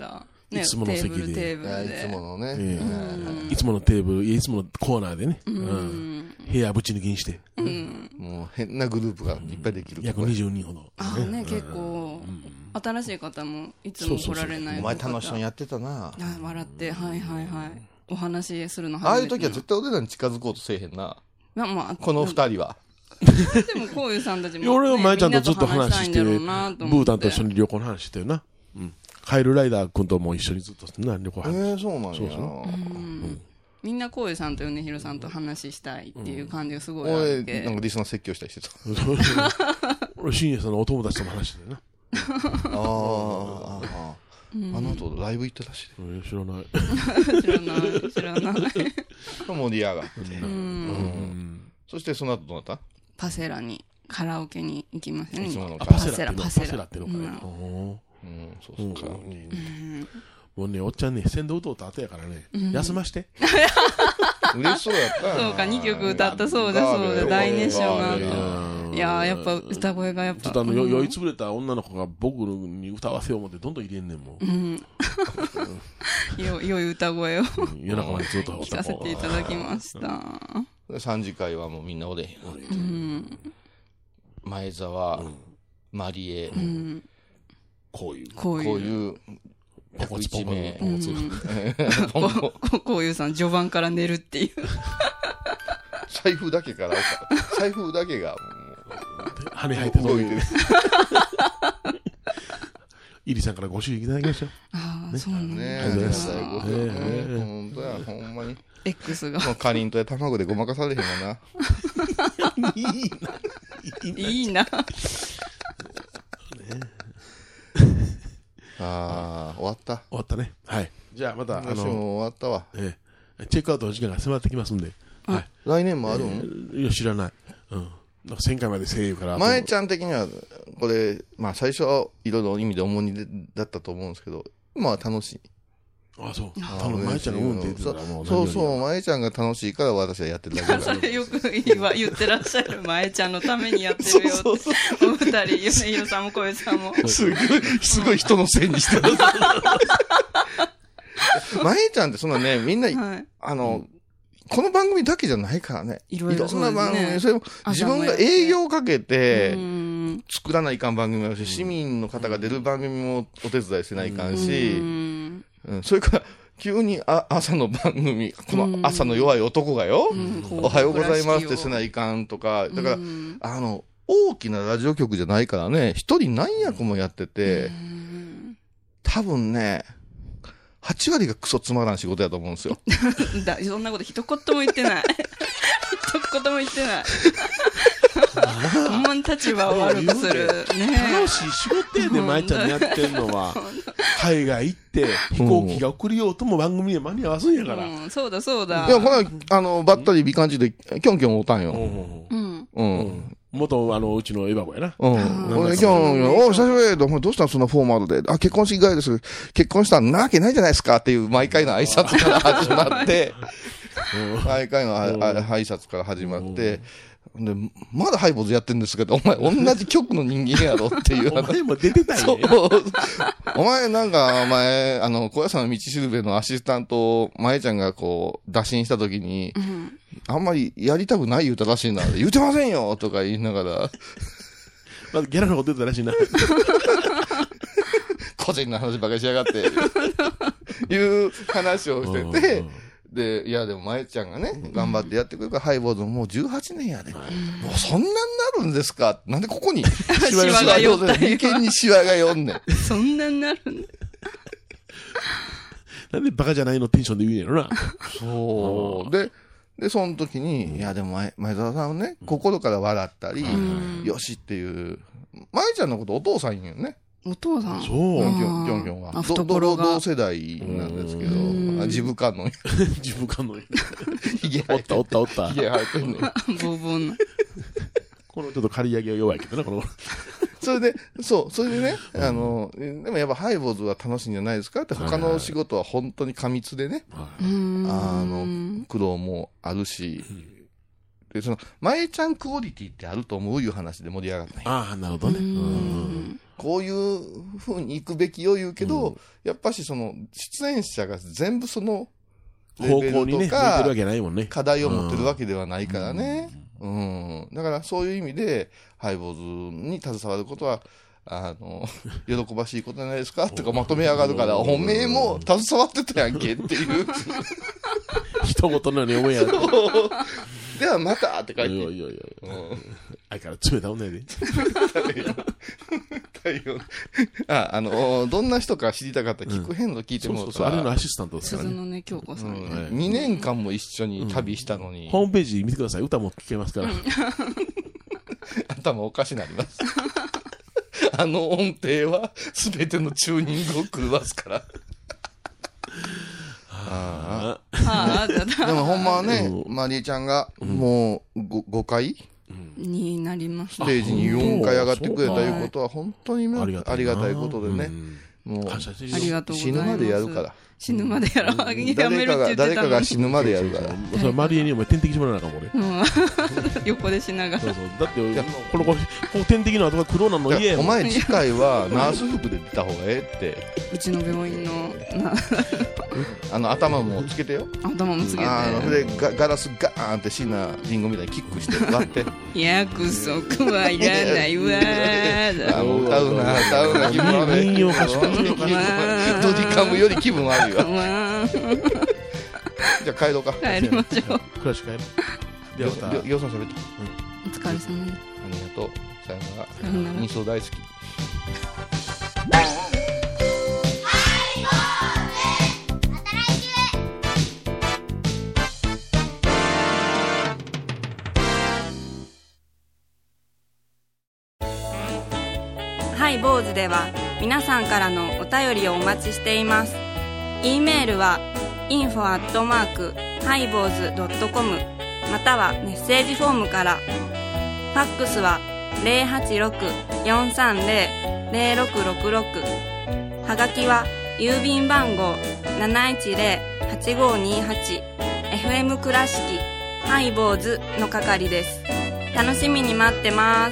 Speaker 2: ね、
Speaker 3: いつもの席で
Speaker 2: テーブルテーブル
Speaker 4: い
Speaker 2: で。
Speaker 4: つものね。
Speaker 3: ええ
Speaker 4: うん
Speaker 3: いつものテーブル、いやいつものコーナーでね、
Speaker 2: う
Speaker 3: うん
Speaker 2: ん。
Speaker 3: 部屋ぶち抜きにして、
Speaker 2: うん。
Speaker 4: もう変なグループがいっぱいできると
Speaker 3: 約
Speaker 4: こ
Speaker 3: にじゅうにんほど。
Speaker 2: ああね、結構、新しい方もいつも来られない
Speaker 4: お前楽しそうにやってたな。
Speaker 2: あ笑って、はいはいはい。お話しするの
Speaker 4: ああ
Speaker 2: 初めてな
Speaker 4: いう時は絶対俺らに近づこうとせえへんな。
Speaker 2: まあまあ、
Speaker 4: この二人は。
Speaker 2: でも、こういうさんたちも、
Speaker 3: いや俺はまえちゃんとずっと話して、ブ
Speaker 2: みんなと話したいんだろうなと思って
Speaker 3: ータンと一緒に旅行の話してるな。うん。カイルライダー君とも一緒にずっとな、旅行
Speaker 4: え
Speaker 3: 話。
Speaker 4: え、そうなんや。
Speaker 3: そうそ
Speaker 2: みんなこういうさんと米広さんと話したいっていう感じがすごいあ
Speaker 4: 俺、
Speaker 2: るけ
Speaker 4: なんかリスナー説教したりしてた。
Speaker 3: 俺、深夜さんのお友達とも話してるな。
Speaker 4: ああ、ああの後ライブ行ったらしい
Speaker 3: うん知らない。
Speaker 2: 知らない、知らない。
Speaker 4: で。盛り上がって。
Speaker 3: うん。
Speaker 4: そしてその後どうなった
Speaker 2: パセラに、カラオケに行きますね。
Speaker 4: いつもの
Speaker 3: あ、
Speaker 2: パ
Speaker 3: パセ
Speaker 2: セラ、
Speaker 3: ラってのパ
Speaker 2: パセラ。
Speaker 3: セラってのかね。お
Speaker 4: うん、そう
Speaker 3: ー
Speaker 4: そうか。
Speaker 3: もうね、おっちゃんね、先導歌うと後やからね、休まして。
Speaker 4: 嬉しそうやったな。
Speaker 2: そうか、にきょく歌ったそうで、そうで、大熱唱があっ
Speaker 4: ガーベ
Speaker 2: た。いやー、やっぱ歌声がやっぱ。
Speaker 3: ちょっとあの、よ
Speaker 2: うん
Speaker 3: 酔いつぶれた女の子が僕に歌わせよう思ってどんどん入れんねんもん。
Speaker 2: よ良い歌声を
Speaker 3: うん夜中までずっと
Speaker 2: 聞かせていただきました。
Speaker 4: で三次会はもうみんなおれへん。
Speaker 2: うん。
Speaker 4: 前澤、マリエ、
Speaker 2: うん。
Speaker 3: こういう。
Speaker 2: こういう。
Speaker 4: こういう
Speaker 3: ポコツポコ
Speaker 4: ひゃくいち名
Speaker 3: ポコツ
Speaker 4: ポンポン
Speaker 2: ここういうさん、序盤から寝るっていう。
Speaker 4: 財布だけから、財布だけがも
Speaker 3: 羽生えて
Speaker 4: う動いてる。
Speaker 3: イリさんからご祝儀いただきましたよ。
Speaker 2: ああ、そうなんだ。
Speaker 4: ね
Speaker 3: ありがとうございます
Speaker 4: 最後
Speaker 3: ええええ
Speaker 4: 本当や、ほんまに。
Speaker 2: X が。
Speaker 4: もうかりんとや卵でごまかされへんわな。
Speaker 3: いいな。
Speaker 2: いいな。
Speaker 4: ああ、終わった。
Speaker 3: 終わったね。はい。じゃあまた、あ
Speaker 4: 私
Speaker 3: の、
Speaker 4: も終わったわ。
Speaker 3: ええチェックアウトの時間が迫ってきますんで。はい。
Speaker 4: 来年もあるん
Speaker 3: いや、知らない。うん。なんかせんかいまで声優から。
Speaker 4: 前ちゃん的には、これ、まあ最初はいろいろ意味で重荷でだったと思うんですけど、今は楽しい。
Speaker 3: あ、そう。多分、前ちゃんがうんって言ってたらもう。
Speaker 4: そうそう、前ちゃんが楽しいから私はやってるだけだから。
Speaker 2: それよく言わ言ってらっしゃる。前ちゃんのためにやってるよって。お二人、米広さんも小江さんも。
Speaker 4: すごい、すごい人のせいにしてる。前ちゃんってそんなね、みんな、
Speaker 2: はい。
Speaker 4: あの、この番組だけじゃないからね。
Speaker 2: いろいろ
Speaker 4: んな番組、
Speaker 2: そうですね
Speaker 4: それも自分が営業をかけ
Speaker 2: う
Speaker 4: て
Speaker 2: ん。
Speaker 4: 作らないかん番組もあるし、市民の方が出る番組もお手伝いせないかんし、
Speaker 2: うん
Speaker 4: うん、それから、急にあ朝の番組、この朝の弱い男がよ、
Speaker 2: うん
Speaker 4: おはようございますってせないかんとか、だから、
Speaker 2: うん
Speaker 4: あの、大きなラジオ局じゃないからね、一人何役もやってて、
Speaker 2: うん
Speaker 4: 多分ね、はち割がクソつまらん仕事やと思うんですよ。
Speaker 2: だそんなこと一言も言ってない。一言も言ってない。ほんまに立場を悪くする。ね
Speaker 3: 楽しい仕事やで、前ちゃんやってんのは。海外行って、飛行機が送りようとも番組に間に合わすんやから。
Speaker 2: うん、そうだそうだ。
Speaker 4: いや、これは、あの、ばったり美観地で、キョンキョンおったんよ。
Speaker 3: うん
Speaker 2: うん。
Speaker 4: うん。
Speaker 3: うん元、あの、うちのエヴァ子やな。
Speaker 4: うん。俺、キョン、お、久しぶりだ。お前どうしたんそんなフォーマルで。あ、結婚式以外です。結婚したんなわけないじゃないですかっていう毎回の挨拶から始まって、毎回のああ挨拶から始まって、で、まだハイボーズやってんですけど、お前同じ局の人間やろっていう
Speaker 3: お前も出てたんや
Speaker 4: そう。お前なんか、お前、あの、小屋さんの道しるべのアシスタントを、前ちゃんがこう、打診したときに、
Speaker 2: うん
Speaker 4: あんまりやりたくない言うたらしいな。言うてませんよとか言いながら、
Speaker 3: まずギャラのこと言ってたらしいな。
Speaker 4: 個人の話ばかりしやがって、いう話をしてて、で、いやでも前ちゃんがね、頑張ってやってくれるから、ハイボーズももうじゅうはちねんやで。もうそんなんなるんですかなんでここに、シ
Speaker 2: ワが寄ったよ
Speaker 4: 眉間にシワが寄んねん。
Speaker 2: そんなになるんだ。
Speaker 3: なんでバカじゃないのテンションで言うんやろな。
Speaker 4: そう。で、で、その時に、いやでも前、前澤さんはね、心から笑ったり、
Speaker 2: ん
Speaker 4: よしっていう、前ちゃんのことお父さん言うよね。
Speaker 2: お父さん。
Speaker 3: そう。
Speaker 4: キョンキョン、キョンキョンは。
Speaker 2: あ
Speaker 4: ど
Speaker 2: 懐が
Speaker 4: ど同世代なんですけど、
Speaker 2: うん
Speaker 4: あ自分間の、
Speaker 3: 自分かの。
Speaker 4: ひげ
Speaker 3: おったおったおった
Speaker 4: ひ。げ生えてんねん。
Speaker 2: ボーボーな。
Speaker 3: このちょっと刈り上げは弱いけどな、この。
Speaker 4: それで、そう、それでね、あの、でもやっぱハイボーズは楽しいんじゃないですかって、他の仕事は本当に過密でね、
Speaker 2: うーん
Speaker 4: あの、苦労もあるし、で、その、前ちゃんクオリティってあると思ういう話で盛り上がったんや。
Speaker 3: ああ、なるほどね。うん。
Speaker 4: こういう風に行くべきを言うけど、うん、やっぱしその出演者が全部そのレベルとか、ね、課題を持ってるわけではないからね、うんうん、だからそういう意味でハイボーズに携わることはあの喜ばしいことじゃないですかとかまとめ上がるから、おめえも携わってたやんけっていう
Speaker 3: 一言のように思いやる
Speaker 4: ではまたって書いて、いやいやいや、
Speaker 3: うん、相から冷たおんねで
Speaker 4: あ、あのどんな人か知りたかったら聞く変の聞いてもらったら、
Speaker 3: うん、そうそうそう、あれのアシスタントですからね、
Speaker 2: 鈴野ね京子さん、うん
Speaker 4: はい、にねんかんも一緒に旅したのに、
Speaker 3: うん、ホームページ見てください、歌も聴けますから、うん、
Speaker 4: 頭おかしになりますあの音程は全てのチューニングを狂わすからああでもほんまはね、うん、マリエちゃんがもう 5, ごかい
Speaker 2: になりました。
Speaker 4: ステージによんかい上がってくれたいうことは本当にありがたいことでね、うん、もう死ぬまでやるから、
Speaker 2: 死ぬまでやろう、うん、
Speaker 4: 誰かが誰かが死ぬまでやるから、
Speaker 3: それマリエにお前点滴してもらわなあかんもん俺、うん、
Speaker 2: 横でしながら、
Speaker 3: そうそう、だってこのこの点滴の後が黒なの家や
Speaker 4: お前次回はナース服で出た方がええって
Speaker 2: うちの病院の
Speaker 4: あの頭もつけてよ、
Speaker 2: 頭もつけて、
Speaker 4: あのでガガラスガーンって椎名林檎みたいにキックして割って
Speaker 2: 約束はいらないわ
Speaker 4: あもう歌うな歌うな気分悪い、
Speaker 3: 民謡歌手か
Speaker 4: ドリカムより気分悪いわじゃあ帰ろうか、
Speaker 2: 帰りましょう、
Speaker 3: クラシック帰ろう、
Speaker 4: りょうさん喋った、うん、
Speaker 2: お疲れ様です、
Speaker 4: ありがとう、さよなら、さよなら、印象大好き。
Speaker 2: ハイボーズでは皆さんからのお便りをお待ちしています。 E メールは インフォ アットマーク ハイボーズ ドットコム またはメッセージフォームから。ファックスは ゼロはちろく よんさんゼロ ゼロろくろくろく、 はがきは郵便番号 なないちゼロ はちごにはち エフエム 倉敷ハイボーズの係です。楽しみに待ってます。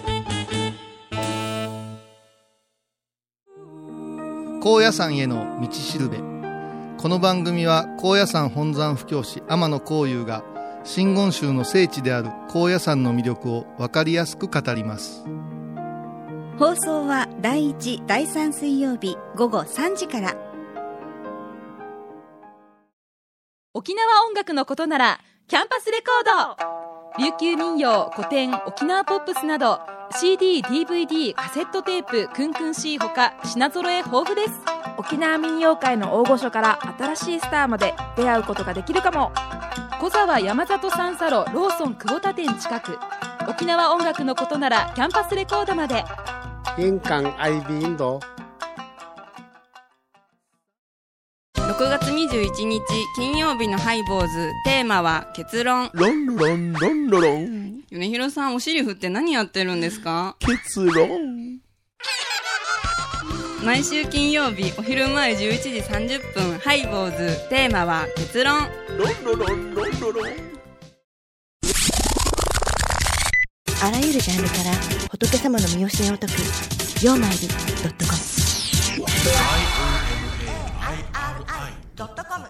Speaker 7: 高野山への道しるべ。この番組は高野山本山布教師天野幸雄が真言宗の聖地である高野山の魅力を分かりやすく語ります。
Speaker 8: 放送はだいいちだいさん水曜日午後さんじから。
Speaker 9: 沖縄音楽のことならキャンパスレコード、琉球民謡、古典、沖縄ポップスなど シーディー、ディーブイディー、カセットテープ、クンクン C ほか品揃え豊富です。
Speaker 10: 沖縄民謡界の大御所から新しいスターまで出会うことができるかも。
Speaker 9: 小沢山里三佐路ローソン久保田店近く。沖縄音楽のことならキャンパスレコードまで。
Speaker 11: 印鑑アイビーインド。
Speaker 2: ろくがつにじゅういちにち金曜日のハイボーズ、テーマは結論。
Speaker 3: ロンロンロンロロン。
Speaker 2: 米広さん、お尻振って何やってるんですか？
Speaker 3: 結論。
Speaker 2: 毎週金曜日お昼前じゅういちじさんじゅっぷん、ハイボーズ、テーマは結論。
Speaker 3: ロンロロンロンロロン。
Speaker 8: あらゆるジャンルから仏様の身教えを解くようまいり .com ドットコム